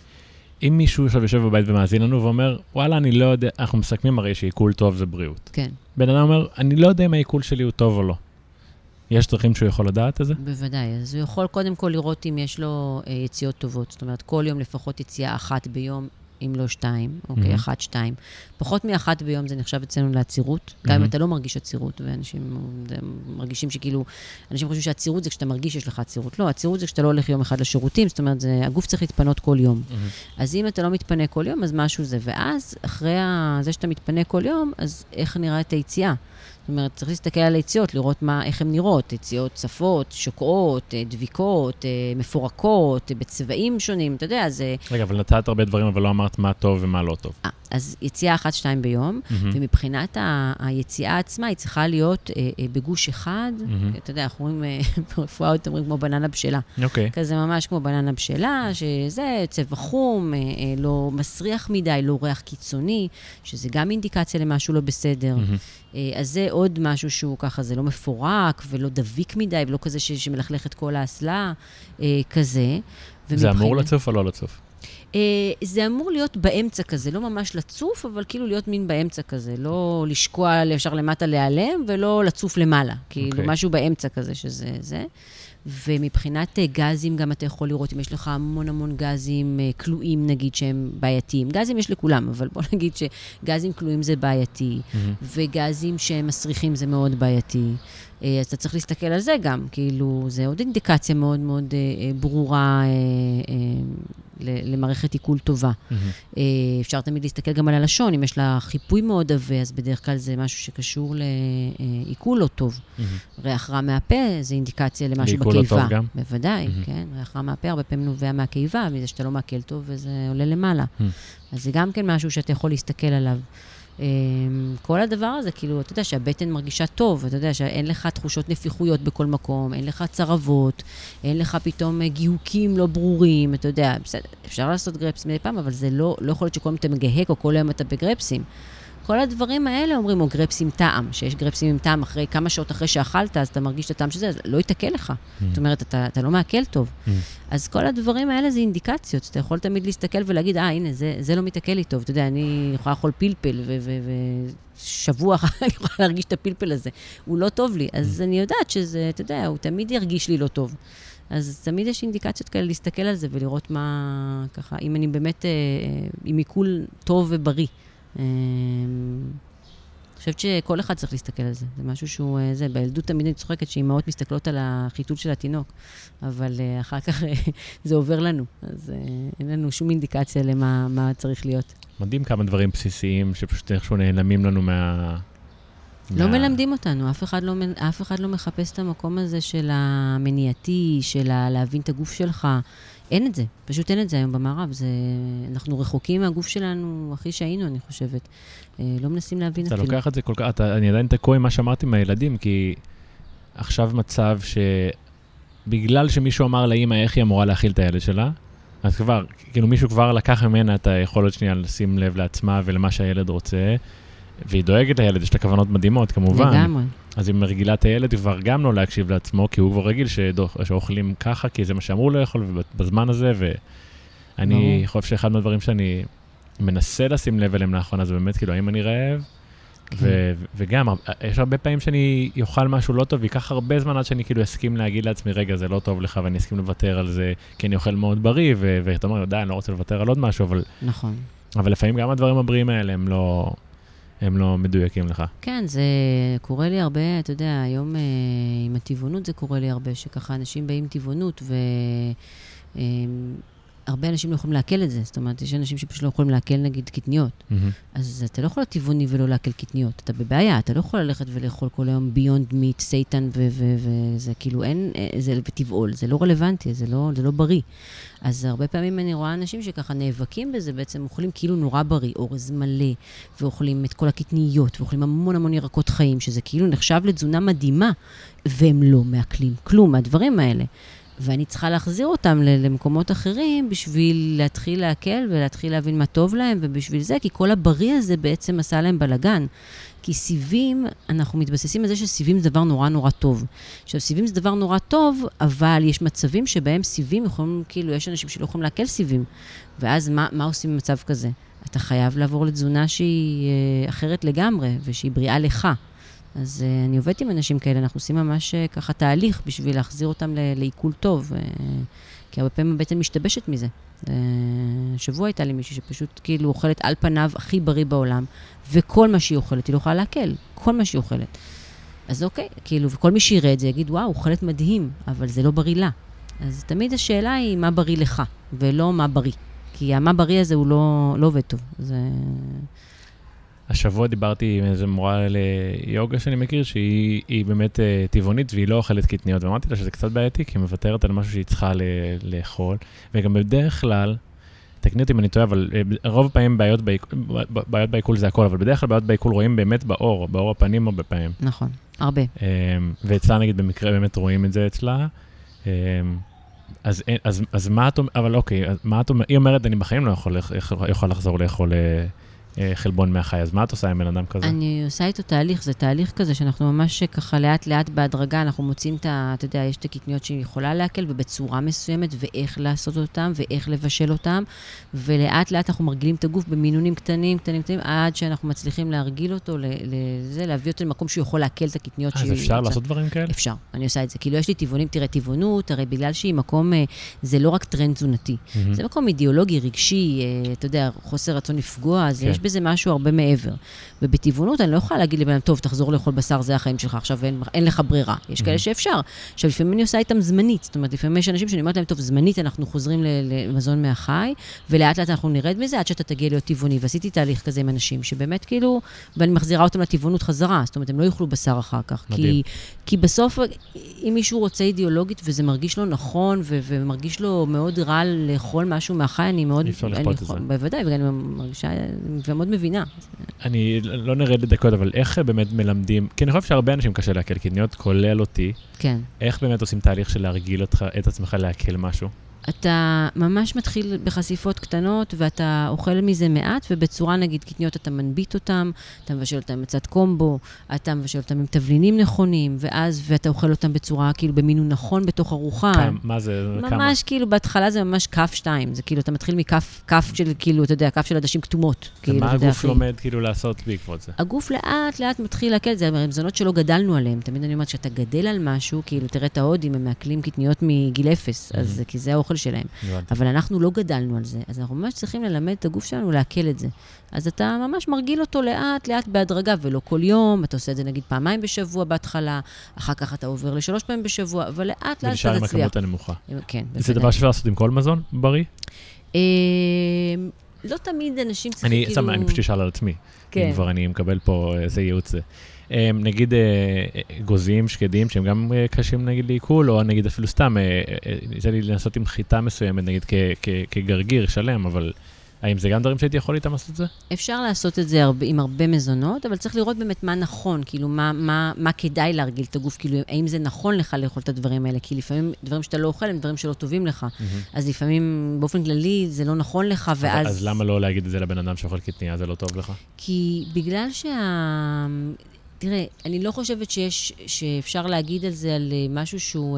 אם מישהו עכשיו יושב בבית ומאזין לנו ואומר, וואלה, אני לא יודע, אנחנו מסכמים הרי שעיכול טוב זה בריאות.
כן.
בן אדם אומר, אני לא יודע אם העיכול שלי הוא טוב או לא. יש דרכים שהוא יכול לדעת את זה?
בוודאי. אז הוא יכול קודם כל לראות אם יש לו יציאות טובות. זאת אומרת, כל יום לפחות יציאה אחת ביום, אם לא 2, אוקיי, 1, 2. פחות מ1 ביום זה נחשב אצלנו לעצירות, גם אם אתה לא מרגיש עצירות, ואנשים מרגישים שכאילו, אנשים חושבים שהעצירות זה כשאתה מרגיש שיש לך עצירות. לא, העצירות זה כשאתה לא הולך יום אחד לשירותים, זאת אומרת, הגוף צריך להתפנות כל יום. אז אם אתה לא מתפנה כל יום, אז משהו זה. ואז, אחרי זה שאתה מתפנה כל יום, אז איך נראה את היציאה? זאת אומרת, צריך להסתכל על היציאות, לראות איך הן נראות, יציאות צפות, שוקעות, דביקות, מפורקות, בצבעים שונים, אתה יודע, זה...
רגע, אבל נתת הרבה דברים, אבל לא אמרת מה טוב ומה לא טוב.
אז יציאה 1-2 ביום, ומבחינת היציאה עצמה, היא צריכה להיות בגוש אחד, אתה יודע, אנחנו רואים ברפואה, אומרים כמו בננה בשלה.
אוקיי.
כזה ממש כמו בננה בשלה, שזה צבע חום, לא מסריח מדי, לא ריח קיצוני, שזה גם אינדיקציה למשהו לא בסדר. אז זה עוד משהו שהוא ככה, זה לא מפורק ולא דביק מדי, ולא כזה שמלכלך את כל האסלה, כזה.
זה אמור לצוף או לא לצוף?
זה אמור להיות באמצע כזה, לא ממש לצוף, אבל כאילו להיות מין באמצע כזה, לא לשקוע ישר למטה להיעלם, ולא לצוף למעלה, כאילו משהו באמצע כזה שזה זה. ומבחינת גזים גם אתה יכול לראות אם יש לך המון גזים כלואים נגיד שהם בעייתיים. גזים יש לכולם, אבל בוא נגיד שגזים כלואים זה בעייתי, וגזים שהם מסריחים זה מאוד בעייתי. אז אתה צריך להסתכל על זה גם, כאילו זה עוד אינדיקציה מאוד מאוד ברורה למערכת עיכול טובה. אפשר תמיד להסתכל גם על הלשון, אם יש לה חיפוי מאוד עבה, אז בדרך כלל זה משהו שקשור לעיכול לא טוב. ריח רע מהפה, זה אינדיקציה למשהו בקיבה.
לעיכול לא טוב גם?
בוודאי, כן. ריח רע מהפה הרבה פעמים נובע מהקיבה, מזה שאתה לא מעכל טוב וזה עולה למעלה. אז זה גם כן משהו שאתה יכול להסתכל עליו. כל הדבר הזה, כאילו, אתה יודע שהבטן מרגישה טוב, אתה יודע שאין לך תחושות נפיחויות בכל מקום, אין לך צרבות, אין לך פתאום גיהוקים לא ברורים, אתה יודע, בסדר, אפשר לעשות גרפס מדי פעם, אבל זה לא יכול להיות שכל יום אתה מגהק או כל יום אתה בגרפסים. כל הדברים האלה אומרים, או גרפס עם טעם, שיש גרפסים עם טעם אחרי כמה שעות אחרי שאכלת, אז אתה מרגיש את הטעם שזה, אז לא יתקל לך. זאת אומרת, אתה לא מעכל טוב. אז כל הדברים האלה זה אינדיקציות. אתה יכול תמיד להסתכל ולהגיד, הנה, זה לא מתקל לי טוב. אתה יודע, אני יכולה לאכול פלפל, ושבוע אחר אני יכולה להרגיש את הפלפל הזה. הוא לא טוב לי. אז אני יודעת שזה, אתה יודע, הוא תמיד ירגיש לי לא טוב. אז תמיד יש אינדיקציות כאלה להסתכל על זה ולראות מה, ככה, אם אני באמת, עם עיכול טוב ובריא. אני חושבת שכל אחד צריך להסתכל על זה. זה משהו שהוא, בילדות תמיד אני צוחקת שאימהות מסתכלות על החיתול של התינוק, אבל אחר כך זה עובר לנו. אז אין לנו שום אינדיקציה למה צריך להיות.
מדהים כמה דברים בסיסיים שפשוט איכשהו נעלמים לנו
לא מלמדים אותנו, אף אחד לא מחפש את המקום הזה של המניעתי, של להבין את הגוף שלך. אין את זה, פשוט אין את זה היום במערב. אנחנו רחוקים מהגוף שלנו הכי שהיינו, אני חושבת. לא מנסים להבין אפילו.
אתה לוקח את זה כל כך, אני עדיין תקוע עם מה שאמרתי מהילדים, כי עכשיו מצב שבגלל שמישהו אמר לאמא איך היא אמורה להכיל את הילד שלה, אז כבר, כאילו מישהו כבר לקח ממנה את היכולת שנייה לשים לב לעצמה ולמה שהילד רוצה, והיא דואגת לילד, יש לה כוונות מדהימות, כמובן.
לגמרי.
אז אם מרגילה את הילד, כבר גם לא להקשיב לעצמו, כי הוא כבר רגיל שאוכלים ככה, כי זה מה שאמרו לו לאכול, ובזמן הזה, ואני חושב שאחד מהדברים שאני מנסה לשים לב אליהם לאחרונה, זה באמת, כאילו, האם אני רעב, וגם, יש הרבה פעמים שאני יאכל משהו לא טוב, ויקח הרבה זמן עד שאני כאילו אסכים להגיד לעצמי, רגע, זה לא טוב לך, ואני אסכים לוותר על זה, כי אני אוכל מאוד בריא, ואתה אומר, די, אני לא רוצה לוותר על עוד משהו, אבל...
נכון.
אבל לפעמים גם הדברים הבריאים האלה הם לא מדויקים לך.
כן, זה קורה לי הרבה, אתה יודע, היום עם הטבעונות זה קורה לי הרבה, שככה אנשים באים טבעונות, והרבה אנשים לא יכולים לעכל את זה. זאת אומרת, יש אנשים שפשוט לא יכולים לעכל, נגיד, קטניות. אז אתה לא יכול להיות טבעוני ולא לעכל קטניות. אתה בבעיה, אתה לא יכול ללכת ולאכול כל היום ביונד מיט, סייטן, וזה כאילו אין, זה בטבעול, זה לא רלוונטי, זה לא בריא. אז הרבה פעמים אני רואה אנשים שככה נאבקים בזה, בעצם אוכלים כאילו נורא בריא, אורז מלא, ואוכלים את כל הקטניות, ואוכלים המון ירקות חיים, שזה כאילו נחשב לתזונה מדהימה, והם לא מעכלים כלום מהדברים האלה. ואני צריכה להחזיר אותם למקומות אחרים, בשביל להתחיל להקל ולהתחיל להבין מה טוב להם, ובשביל זה, כי כל הבריא הזה בעצם עשה להם בלגן. כי סיבים, אנחנו מתבססים על זה שסיבים זה דבר נורא טוב. עכשיו, סיבים זה דבר נורא טוב, אבל יש מצבים שבהם סיבים יכולים, כאילו, יש אנשים שלא יכולים להקל סיבים. ואז מה עושים במצב כזה? אתה חייב לעבור לתזונה שהיא אחרת לגמרי, ושהיא בריאה לך. אז אני עובדת עם אנשים כאלה, אנחנו עושים ממש ככה תהליך בשביל להחזיר אותם לעיכול טוב, כי הרבה פעמים הבטן משתבשת מזה. שבוע הייתה לי מישהי שפשוט כאילו אוכלת על פניו הכי בריא בעולם, וכל מה שהיא אוכלת, היא לא יכולה להקל, כל מה שהיא אוכלת. אז אוקיי, כאילו, וכל מי שיראה את זה יגיד, וואו, אוכלת מדהים, אבל זה לא בריא לה. אז תמיד השאלה היא מה בריא לך, ולא מה בריא. כי מה בריא הזה הוא לא עובד טוב.
השבוע דיברתי עם איזו מורה ליוגה שאני מכיר, שהיא באמת טבעונית והיא לא אוכלת קטניות, ואמרתי לה שזה קצת בעייתי, כי היא מוותרת על משהו שהיא צריכה לאכול, וגם בדרך כלל, תקני אותי אם אני טועה, אבל רוב הפעמים בעיות בעיכול זה הכל, אבל בדרך כלל בעיות בעיכול רואים באמת באור הפנים הרבה פעמים.
נכון, הרבה.
ואצלה נגיד במקרה באמת רואים את זה אצלה, אז מה את אומרת, אבל אוקיי, היא אומרת, אני בחיים לא יכול לחזור לאכול חלבון מהחי, אז מה את עושה עם בן אדם כזה?
אני עושה איתו תהליך, זה תהליך כזה שאנחנו ממש ככה לאט בהדרגה, אנחנו מוצאים אתה יודע, יש את הקטניות שהיא יכולה להקל ובצורה מסוימת, ואיך לעשות אותם, ואיך לבשל אותם, ולאט אנחנו מרגילים את הגוף במינונים קטנים, עד שאנחנו מצליחים להרגיל אותו, להביא אותו למקום שהוא יכול להקל את הקטניות.
אז אפשר לעשות דברים כאלה?
אפשר, אני עושה את זה. כאילו יש לי טבעונים, תראה, טבעונות, הרי בגלל שהיא מקום, זה לא רק טרנד תזונתי, זה מקום אידיאולוגי, רגשי, אתה יודע, חוסר רצון לפגוע, אז יש בזה משהו הרבה מעבר. ובטבעונות אני לא יכולה להגיד לבן, טוב, תחזור לאכול בשר, זה החיים שלך, עכשיו אין לך ברירה. יש כאלה שאפשר. עכשיו, לפעמים אני עושה איתם זמנית, זאת אומרת, לפעמים יש אנשים שאני אומרת להם, טוב, זמנית אנחנו חוזרים למזון מהחי, ולאט לאט אנחנו נרד מזה עד שאתה תגיע להיות טבעוני. ועשיתי תהליך כזה עם אנשים שבאמת כאילו, ואני מחזירה אותם לטבעונות חזרה, זאת אומרת, הם לא יאכלו בשר אחר כך. כי בסוף, אם מישהו רוצה אידיאולוגית וזה מרגיש לו נכון ומרגיש לו מאוד רע לאכול משהו מהחי, אני מאוד...
אפשר לכפות את זה.
בוודאי, ואני מרגישה, ומאוד מבינה.
אני לא נרד לדקות, אבל איך באמת מלמדים, כי אני חושב שהרבה אנשים קשה להקל קטניות, כולל אותי.
כן.
איך באמת עושים תהליך של להרגיל את עצמך להקל משהו?
אתה ממש מתחיל בחשיפות קטנות, ואתה אוכל מזה מעט, ובצורה נגיד קטניות אתה מנביט אותם, אתה מבשל אותם מצד קומבו, אתה מבשל אותם עם תבלינים נכונים, ואתה אוכל אותם בצורה כאילו במינון נכון בתוך ארוחה.
מה זה?
ממש כאילו בהתחלה זה ממש כף 2, זה כאילו אתה מתחיל מכף של כאילו, אתה יודע, כף של עדשים כתומות.
ומה הגוף לומד כאילו לעשות בעקבות זה?
הגוף לאט לאט מתחיל להקל, זה מזונות שלא גדלנו עליהם. תמיד אני אומרת שאתה גדל על משהו, כאילו תראה את ההודים, הם מעכלים קטניות מגיל 0, אז כי זה האוכל שלהם. אבל אנחנו לא גדלנו על זה, אז אנחנו ממש צריכים ללמד את הגוף שלנו להקל את זה. אז אתה ממש מרגיל אותו לאט, לאט בהדרגה, ולא כל יום, אתה עושה את זה נגיד פעמיים בשבוע בהתחלה, אחר כך אתה עובר ל3 פעמים בשבוע, אבל לאט, לאט אתה תצליח.
ונשאר עם הכמות הנמוכה.
כן.
זה דבר שאפשר לעשות עם כל מזון בריא?
לא תמיד אנשים צריכים כאילו...
אני פשוט אשאל על עצמי, אם כבר אני מקבל פה איזה ייעוץ זה. נגיד גוזים, שקדים, שהם גם קשים נגיד לעיכול, או נגיד אפילו סתם, ניסה לי לנסות עם חיטה מסוימת, נגיד כגרגיר שלם, אבל האם זה גם דברים שהייתי יכול איתם לעשות את זה?
אפשר לעשות את זה עם הרבה מזונות, אבל צריך לראות באמת מה נכון, כאילו מה כדאי להרגיל את הגוף, כאילו האם זה נכון לך לאכול את הדברים האלה, כי לפעמים דברים שאתה לא אוכל הם דברים שלא טובים לך, אז לפעמים באופן כללי זה לא נכון לך, ואז...
אז למה לא להגיד את זה לבן אדם שאוכל קטניה, זה לא טוב לך?
כי בגלל תראה, אני לא חושבת שאפשר להגיד על זה, על משהו שהוא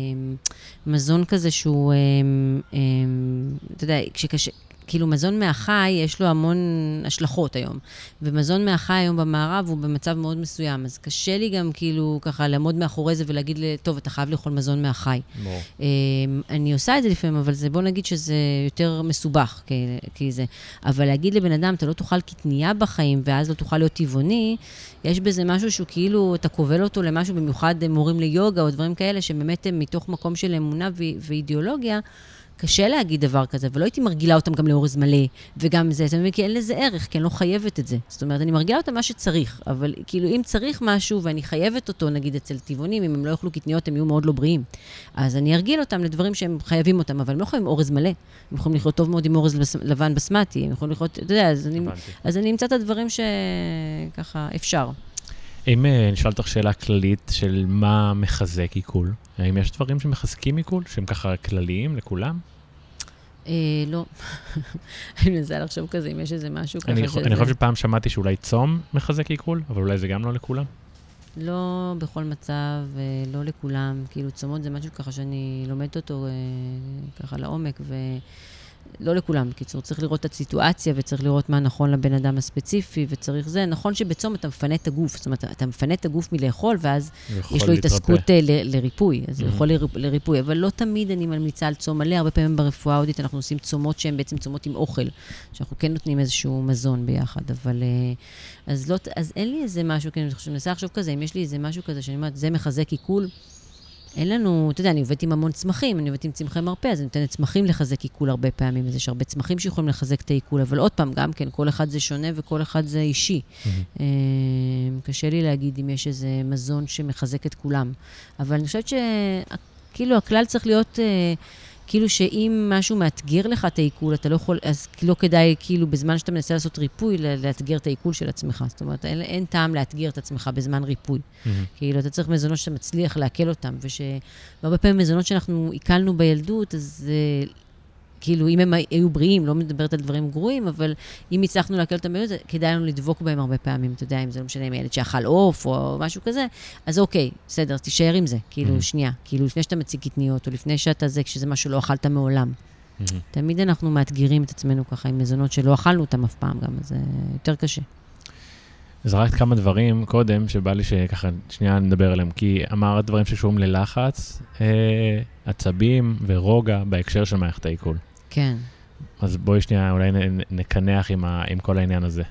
מזון כזה שהוא, אתה יודע, כאילו מזון מהחי, יש לו המון השלכות היום. ומזון מהחי היום במערב הוא במצב מאוד מסוים. אז קשה לי גם כאילו ככה לעמוד מאחורי זה ולהגיד, טוב, אתה חייב לאכול מזון מהחי. אני עושה את זה לפעמים, אבל זה, בוא נגיד שזה יותר מסובך, כי זה. אבל להגיד לבן אדם, אתה לא תאכל קטניה בחיים, ואז לא תוכל להיות טבעוני, יש בזה משהו שהוא כאילו, אתה כובל אותו למשהו, במיוחד מורים ליוגה או דברים כאלה, שבאמת הם מתוך מקום של אמונה ואידיאולוגיה, קשה להגיד דבר כזה, ולא הייתי מרגילה אותם גם לאורז מלא, וגם זה, כי אין לזה ערך, כי אני לא חייבת את זה. זאת אומרת, אני מרגילה אותם מה שצריך, אבל כאילו אם צריך משהו, ואני חייבת אותו, נגיד אצל טבעונים, אם הם לא יאכלו קטניות, הם יהיו מאוד לא בריאים. אז אני ארגיל אותם לדברים שהם חייבים אותם, אבל הם לא יכולים אורז מלא. הם יכולים לחיות טוב מאוד עם אורז לבן בסמטי, הם יכולים לחיות, אתה יודע, אז אני אמצא את הדברים שככה אפשר.
אם נשאל אותך שאלה כללית של מה מחזק עיכול, האם יש דברים שמחזקים עיכול, שהם ככה כלליים לכולם?
לא. אני מנסה לחשוב כזה, אם יש איזה משהו ככה
אני חושב שפעם שמעתי שאולי צום מחזק עיכול, אבל אולי זה גם לא לכולם?
לא בכל מצב, לא לכולם. כאילו צומות זה משהו ככה שאני לומדת אותו ככה לעומק, לא לכולם, בקיצור, צריך לראות את הסיטואציה, וצריך לראות מה נכון לבן אדם הספציפי, וצריך זה. נכון שבצום אתה מפנה את הגוף, זאת אומרת, אתה מפנה את הגוף מלאכול, ואז יש לו התעסקות לריפוי, אז הוא יכול לריפוי, אבל לא תמיד אני ממליצה על צום מלא, הרבה פעמים ברפואה ההודית אנחנו עושים צומות שהן בעצם צומות עם אוכל, שאנחנו כן נותנים איזשהו מזון ביחד, אבל אז אין לי איזה משהו, כי אני מנסה לחשוב כזה, אם יש לי איזה משהו כזה, שאני אומרת, זה מחזק עיכול, אין לנו, אתה יודע, אני עובדת עם המון צמחים, אני עובדת עם צמחי מרפא, אז אני נותנת צמחים לחזק עיכול הרבה פעמים, אז יש הרבה צמחים שיכולים לחזק את העיכול, אבל עוד פעם, גם כן, כל אחד זה שונה וכל אחד זה אישי. קשה לי להגיד אם יש איזה מזון שמחזק את כולם. אבל אני חושבת שכאילו הכלל צריך להיות, כאילו שאם משהו מאתגר לך את העיכול, אתה לא יכול, אז לא כדאי, כאילו, בזמן שאתה מנסה לעשות ריפוי, לאתגר את העיכול של עצמך. זאת אומרת, אין טעם לאתגר את עצמך בזמן ריפוי. כאילו, אתה צריך מזונות שאתה מצליח להקל אותם, והרבה פעמים מזונות שאנחנו עיכלנו בילדות, אז כאילו, אם הם היו בריאים, לא מדברת על דברים גרועים, אבל אם הצלחנו להקל אותם בילדות, כדאי לנו לדבוק בהם הרבה פעמים, אתה יודע, אם זה לא משנה, אם ילד שאכל עוף או משהו כזה, אז אוקיי, בסדר, תישאר עם זה, כאילו, שנייה, כאילו, לפני שאתה מציג קטניות, או לפני שאתה זה, כשזה משהו לא אכלת מעולם. תמיד אנחנו מאתגרים את עצמנו ככה, עם מזונות שלא אכלנו אותם אף פעם גם, אז זה יותר קשה.
זרקת כמה דברים קודם, שבא לי שככה שנייה נדבר עליהם, כי אמרת דברים שקשורים ללחץ, עצבים ורוגע בהקשר של מערכת העיכול.
כן.
אז בואי שנייה, אולי נקנח עם כל העניין הזה.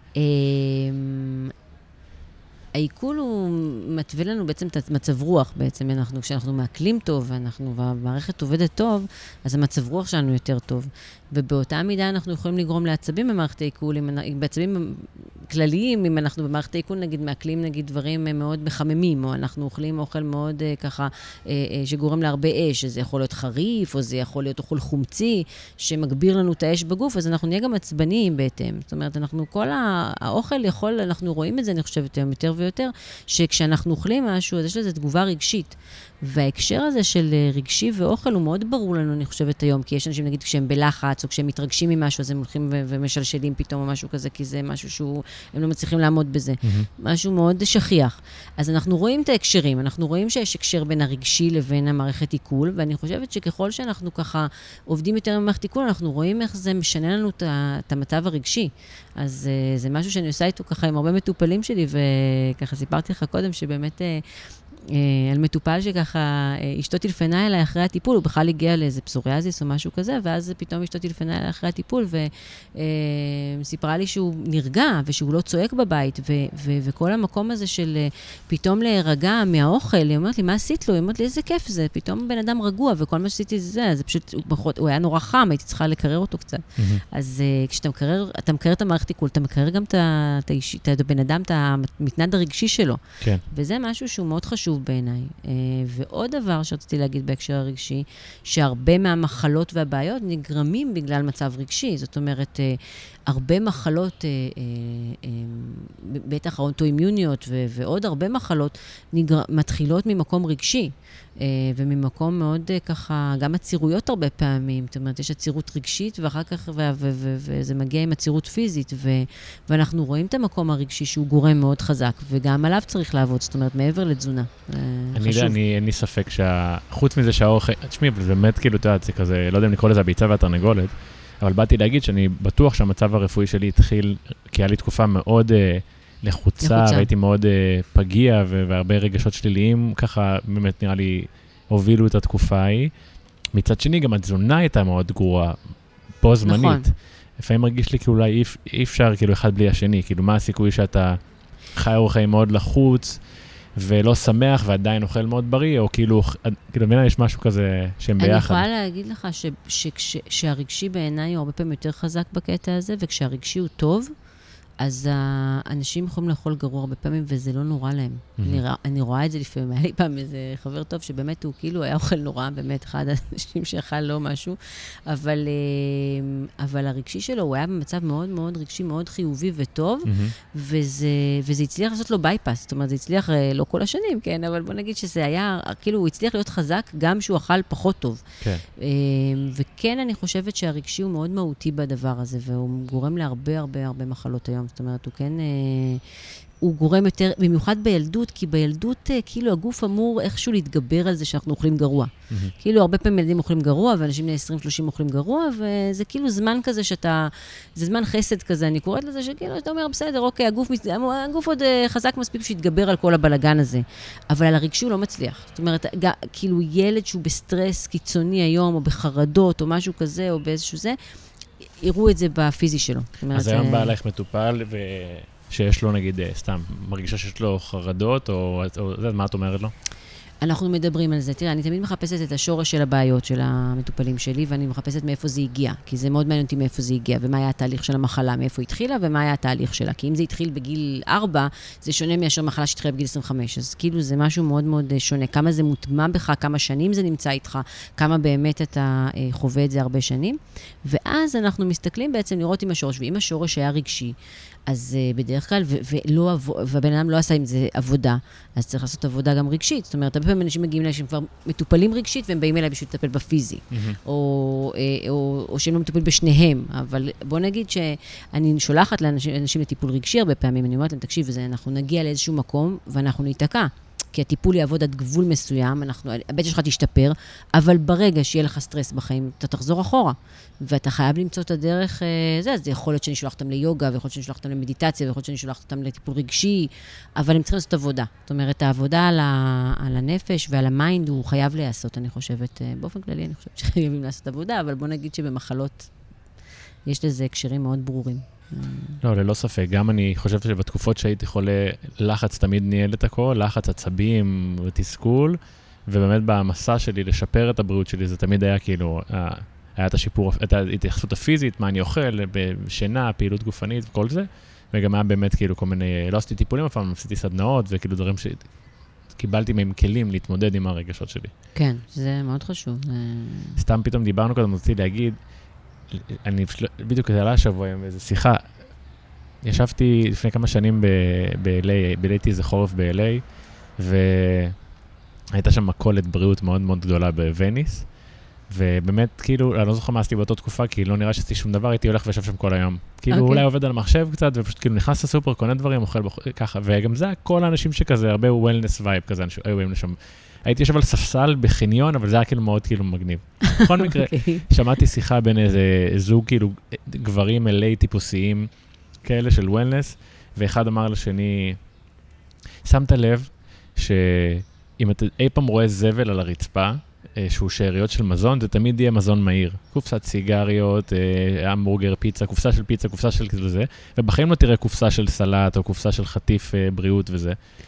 העיכול הוא מתווה לנו בעצם את מצב רוח, בעצם כשאנחנו מעכלים טוב, והמערכת עובדת טוב, אז המצב רוח שלנו יותר טוב. ובאותה מידה אנחנו יכולים לגרום לעצבים במערכת העיכול, בעצבים כלליים, אם אנחנו במערכת העיכול, נגיד, מעכלים, נגיד, דברים מאוד מחממים, או אנחנו אוכלים אוכל מאוד ככה, שגורם להרבה אש, זה יכול להיות חריף, או זה יכול להיות אוכל חומצי, שמגביר לנו את האש בגוף, אז אנחנו נהיה גם עצבניים בהתאם. זאת אומרת, כל האוכל יכול, אנחנו רואים את זה, אני חושבת, יותר ויותר, שכשאנחנו אוכלים משהו, אז יש לזה תגובה רגשית. וההקשר הזה של רגשי ואוכל הוא מאוד ברור לנו, אני חושבת היום, כי יש אנשים, נגיד, כשהם בלחץ, או כשהם מתרגשים ממשהו, אז הם הולכים ומשלשלים פתאום או משהו כזה, כי זה משהו הם לא מצליחים לעמוד בזה. משהו מאוד שכיח. אז אנחנו רואים את ההקשרים, אנחנו רואים שיש הקשר בין הרגשי לבין המערכת עיכול, ואני חושבת שככל שאנחנו ככה עובדים יותר במערכת עיכול, אנחנו רואים איך זה משנה לנו את המצב הרגשי. אז זה משהו שאני עושה איתו ככה עם הרבה מטופלים שלי, וככה סיפרתי לך קודם שבאמת על מטופל שככה אשתו טלפנה אליי אחרי הטיפול, הוא בכלל הגיע לאיזה פסוריאזיס או משהו כזה, ואז פתאום אשתו טלפנה אליי אחרי הטיפול, וסיפרה לי שהוא נרגע, ושהוא לא צועק בבית, וכל המקום הזה של פתאום להירגע מהאוכל, היא אומרת לי, מה עשית לו? היא אומרת לי, איזה כיף זה, פתאום בן אדם רגוע, וכל מה שעשיתי זה פשוט, הוא היה נורא חם, הייתי צריכה לקרר אותו קצת. אז כשאתה מקרר את המערכת עיכול, אתה מקרר גם את הבן אדם, את המתנד הרגשי שלו.
כן.
וזה משהו שהוא מאוד חשוב בעיניי. ועוד דבר שרציתי להגיד בהקשר הרגשי, שהרבה מהמחלות והבעיות נגרמים בגלל מצב רגשי. זאת אומרת, הרבה מחלות, בטח האוטואימיוניות ועוד הרבה מחלות, מתחילות ממקום רגשי. וממקום מאוד ככה, גם עצירויות הרבה פעמים, זאת אומרת, יש עצירות רגשית, ואחר כך, וזה מגיע עם עצירות פיזית, ואנחנו רואים את המקום הרגשי שהוא גורם מאוד חזק, וגם עליו צריך לעבוד, זאת אומרת, מעבר לתזונה.
חשוב. אין לי ספק חוץ מזה שהאוכל, תשמעי, אבל זה באמת כאילו, אתה יודע, זה כזה, לא יודע אם לקרוא לזה הביצה והתרנגולת, אבל באתי להגיד שאני בטוח שהמצב הרפואי שלי התחיל, כי היה לי תקופה מאוד לחוצה, והייתי מאוד פגיע, והרבה רגשות שליליים, ככה באמת נראה לי הובילו את התקופה ההיא. מצד שני, גם התזונה הייתה מאוד גרועה, בו זמנית. נכון. לפעמים מרגיש לי כאילו אולי אי אפשר כאילו אחד בלי השני, כאילו מה הסיכוי שאתה חי אורח חיים מאוד לחוץ, ולא שמח ועדיין אוכל מאוד בריא, או כאילו מבינה יש משהו כזה שהם ביחד.
אני יכולה להגיד לך שהרגשי בעיניי הוא הרבה פעמים יותר חזק בקטע הזה, וכשהרגשי הוא טוב, אז האנשים יכולים לאכול גרוע הרבה פעמים, וזה לא נורא להם. אני רואה את זה לפעמים. היה לי פעם איזה חבר טוב, שבאמת הוא כאילו היה אוכל נורא, באמת אחד האנשים שאכל לו משהו, אבל הרגשי שלו, הוא היה במצב מאוד מאוד רגשי, מאוד חיובי וטוב, וזה הצליח לעשות לו בייפס. זאת אומרת, זה הצליח לא כל השנים, כן, אבל בוא נגיד שזה היה, כאילו הוא הצליח להיות חזק, גם שהוא אכל פחות טוב. וכן, אני חושבת שהרגשי הוא מאוד מהותי בדבר הזה, והוא גורם להרבה הרבה הרבה מחלות היום. זאת אומרת, הוא כן, הוא גורם יותר, במיוחד בילדות, כי בילדות, כאילו, הגוף אמור איכשהו להתגבר על זה שאנחנו אוכלים גרוע. כאילו, הרבה פעמים ילדים אוכלים גרוע, ואנשים בני 20-30 אוכלים גרוע, וזה כאילו זמן כזה זה זמן חסד כזה, אני קוראת לזה שכאילו, אתה אומר, בסדר, אוקיי, הגוף עוד חזק מספיק שיתגבר על כל הבלגן הזה, אבל על הרגשי הוא לא מצליח. זאת אומרת, כאילו, ילד שהוא בסטרס קיצוני היום, או בחרדות, או משהו כזה, או באיזשהו זה, יראו את זה בפיזי שלו.
אז היום בא עלייך מטופל, שיש לו, נגיד, סתם, מרגישה שיש לו חרדות, או מה את אומרת לו?
אנחנו מדברים על זה. תראה, אני תמיד מחפשת את השורש של הבעיות של המטופלים שלי, ואני מחפשת מאיפה זה הגיע, כי זה מאוד מעניין אותי מאיפה זה הגיע, ומה היה התהליך של המחלה, מאיפה התחילה, ומה היה התהליך שלה. כי אם זה התחיל בגיל 4, זה שונה מאשר מחלה שהתחילה בגיל 25. אז כאילו זה משהו מאוד מאוד שונה. כמה זה מוטמע בך, כמה שנים זה נמצא איתך, כמה באמת אתה חווה את זה הרבה שנים. ואז אנחנו מסתכלים בעצם לראות עם השורש, ואם השורש היה רגשי, אז בדרך כלל, והבן אדם לא עשה עם זה עבודה, אז צריך לעשות עבודה גם רגשית. זאת אומרת, הרבה פעמים אנשים מגיעים אליי שהם כבר מטופלים רגשית, והם באים אליי בשביל לטפל בפיזי, או שהם לא מטופלים בשניהם. אבל בוא נגיד שאני שולחת לאנשים לטיפול רגשי הרבה פעמים, אני אומרת להם, תקשיב, אנחנו נגיע לאיזשהו מקום, ואנחנו ניתקע. כי הטיפול יעבוד עד גבול מסוים, הבית שלך תשתפר, אבל ברגע שיהיה לך סטרס בחיים, אתה תחזור אחורה, ואתה חייב למצוא את הדרך, אז זה יכול להיות שאני שולח אותם ליוגה, ויכול להיות שאני שולח אותם למדיטציה, ויכול להיות שאני שולח אותם לטיפול רגשי, אבל הם צריכים לעשות עבודה. זאת אומרת, העבודה על הנפש ועל המיינד הוא חייב להיעשות, אני חושבת, באופן כללי, אני חושבת שחייבים לעשות עבודה, אבל בוא נגיד שבמחלות יש לזה הקשרים מאוד ברורים.
לא, ללא ספק. גם אני חושב שבתקופות שהייתי חולה, לחץ תמיד ניהל את הכל, לחץ עצבים ותסכול, ובאמת במסע שלי לשפר את הבריאות שלי, זה תמיד היה כאילו, היה את השיפור, את ההתייחסות הפיזית, מה אני אוכל, בשינה, פעילות גופנית וכל זה, וגם היה באמת כאילו כל מיני, לא עשיתי טיפולים, אפילו עשיתי סדנאות, וכאילו דברים שקיבלתי מהם כלים להתמודד עם הרגשות שלי.
כן, זה מאוד חשוב.
סתם פתאום דיברנו קודם, רציתי להגיד, אני בדיוק עלה השבוע עם איזו שיחה, ישבתי לפני כמה שנים ב-LA, ביליתי איזה חורף ב-LA, והייתה שם מכולת בריאות מאוד מאוד גדולה בווניס, ובאמת, כאילו, אני לא זוכר מה עשיתי באותה תקופה, כי לא נראה שעשיתי שום דבר, הייתי הולך וישב שם כל היום. כאילו, אולי עובד על המחשב קצת, ופשוט כאילו נכנס לסופר, קונה דברים, אוכל ככה, וגם זה כל האנשים שכזה, הרבה wellness vibe כזה, היו באים לשם. הייתי יושב על ספסל בחניון, אבל זה היה כאילו מאוד כאילו מגניב. בכל מקרה, שמעתי שיחה בין איזה זוג כאילו גברים LA טיפוסיים כאלה של wellness, ואחד אמר לשני, שמת לב שאם אתה אי פעם רואה זבל על הרצפה, שהוא שאריות של מזון, זה תמיד יהיה מזון מהיר. קופסת סיגריות, המבורגר, פיצה, קופסה של פיצה, קופסה של כאילו זה, ובחיים לא תראה קופסה של סלט או קופסה של חטיף בריאות וזה.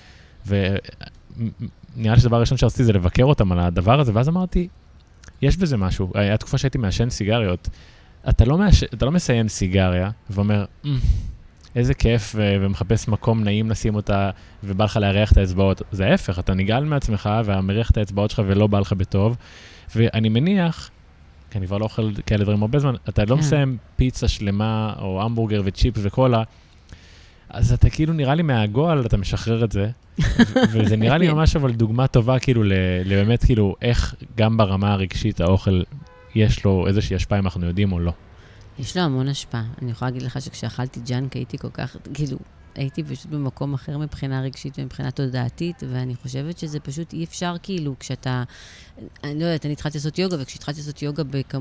נראה לי שדבר ראשון שרציתי זה לבקר אותם על הדבר הזה, ואז אמרתי, יש בזה משהו. היה תקופה שהייתי מעשן סיגריות. אתה לא מסיים סיגריה ואומר, איזה כיף, ומחפש מקום נעים לשים אותה, ובא לך להריח את האצבעות. זה ההפך, אתה נגעל מעצמך, ומריח את האצבעות שלך ולא בא לך בטוב. ואני מניח, כי אני כבר לא אוכל כאלה דברים הרבה זמן, אתה לא מסיים פיצה שלמה, או המבורגר וצ'יפס וקולה, אז אתה כאילו נראה לי מהגועל, אתה משחרר את זה, וזה נראה לי ממש אבל דוגמה טובה כאילו לבאמת כאילו איך גם ברמה הרגשית האוכל יש לו איזושהי השפעה אם אנחנו יודעים או לא.
יש לו המון השפעה. אני יכולה להגיד לך שכשאכלתי ג'אנק הייתי כל כך, כאילו, הייתי פשוט במקום אחר מבחינה רגשית ומבחינה תודעתית, ואני חושבת שזה פשוט אי אפשר כאילו כשאתה, אני לא יודעת, אני התחלתי לעשות יוגה, וכשהתחלתי לעשות יוגה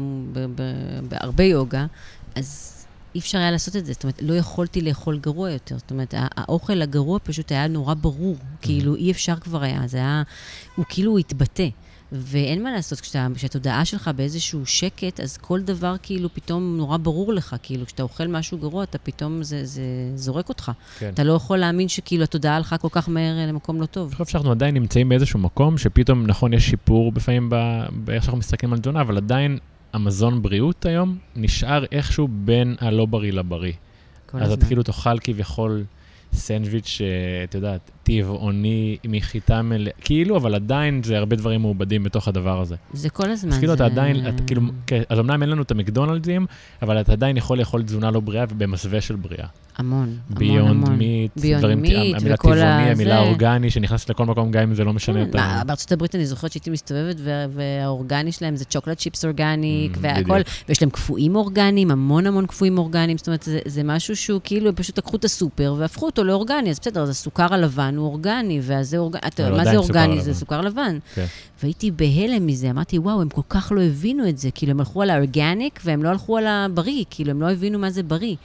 בהרבה יוגה, אז אי אפשר היה לעשות את זה, זאת אומרת, לא יכולתי לאכול גרוע יותר, זאת אומרת, האוכל הגרוע פשוט היה נורא ברור, כאילו אי אפשר כבר היה, זה היה, הוא כאילו התבטא, ואין מה לעשות, כשהתודעה שלך באיזשהו שקט, אז כל דבר כאילו פתאום נורא ברור לך, כאילו כשאתה אוכל משהו גרוע, אתה פתאום, זה זורק אותך. כן. אתה לא יכול להאמין שכאילו התודעה הלכה כל כך מהר למקום לא טוב. אני חושב
שאנחנו עדיין נמצאים באיזשהו מקום, שפתאום, נכון, יש שיפור בפעמים באיך שאנחנו מסתכלים על תזונה, אבל עדיין המזון בריאות היום נשאר איכשהו בין הלא בריא לבריא. אז את כאילו תאכל כביכול סנדוויץ', אתה יודעת, טבעוני, מחיטה מלאה, כאילו, אבל עדיין זה הרבה דברים מעובדים בתוך הדבר הזה.
זה כל הזמן.
אז כאילו אתה עדיין, כאילו, אז אמנם אין לנו את המקדונלדסים, אבל אתה עדיין יכול לאכול תזונה לא בריאה ובמסווה של בריאה.
המון,
ביונד מיט, המילה טבעוני, המילה אורגני, שנכנס לכל מקום, גם אם זה לא משנה את ה...
בארצות הברית אני זוכרת שהייתי מסתובבת, והאורגני שלהם זה צ'וקולד צ'יפס אורגניק, והכל, ויש להם קפואים אורגניים, המון קפואים אורגניים, זאת אומרת, זה משהו שהוא כאילו, הם פשוט לקחו את הסופר, והפכו אותו לאורגני, אז בסדר, אז הסוכר הלבן הוא אורגני, וזה אורגני, מה זה אורגני? זה סוכר לבן. והייתי בהלם מזה, אמרתי, וואו, הם כל כך לא הבינו את זה, כאילו הם הלכו על האורגניק, והם לא הלכו על הבריא, כאילו הם לא הבינו מה זה בריא.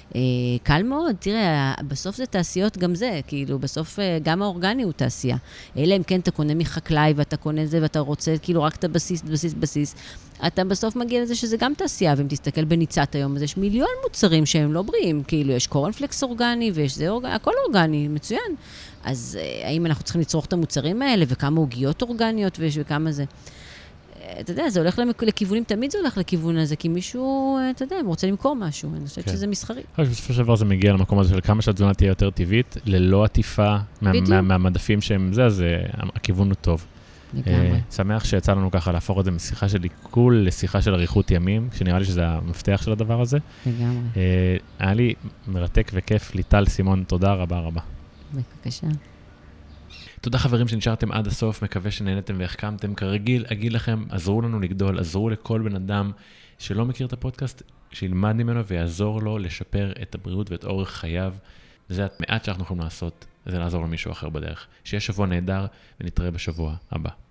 קל מאוד, תראה, בסוף זה תעשיות גם זה, כאילו בסוף גם האורגני הוא תעשייה. אלא אם כן אתה קונה מחקלאי ואתה קונה זה ואתה רוצה כאילו רק את הבסיס, אתה בסוף מגיע לזה שזה גם תעשייה, ואם תסתכל בניצת היום, אז יש מיליון מוצרים שהם לא בריאים, כאילו יש קורנפלקס אורגני ויש זה אורגני, הכל אורגני, מצוין. אז האם אנחנו צריכים לצרוך את המוצרים האלה וכמה עוגיות אורגניות וכמה זה? אתה יודע, זה הולך לכיוונים, תמיד זה הולך לכיוון הזה, כי מישהו, אתה יודע, רוצה למכור משהו, אני חושבת שזה מסחרי.
בסופו של דבר זה מגיע למקום הזה של כמה שהתזונה תהיה יותר טבעית, ללא עטיפה מהמדפים שהם זה, אז הכיוון הוא טוב.
לגמרי.
שמח שיצא לנו ככה להפוך את זה משיחה של עיכול לשיחה של אריכות ימים, שנראה לי שזה המפתח של הדבר הזה.
לגמרי.
היה לי מרתק וכיף, ליטל סימון, תודה רבה רבה.
בבקשה.
תודה חברים שנשארתם עד הסוף, מקווה שנהנתם והחכמתם. כרגיל, אגיד לכם, עזרו לנו לגדול, עזרו לכל בן אדם שלא מכיר את הפודקאסט, שילמד ממנו ויעזור לו לשפר את הבריאות ואת אורך חייו. זה המעט שאנחנו יכולים לעשות, זה לעזור למישהו אחר בדרך. שיהיה שבוע נהדר ונתראה בשבוע הבא.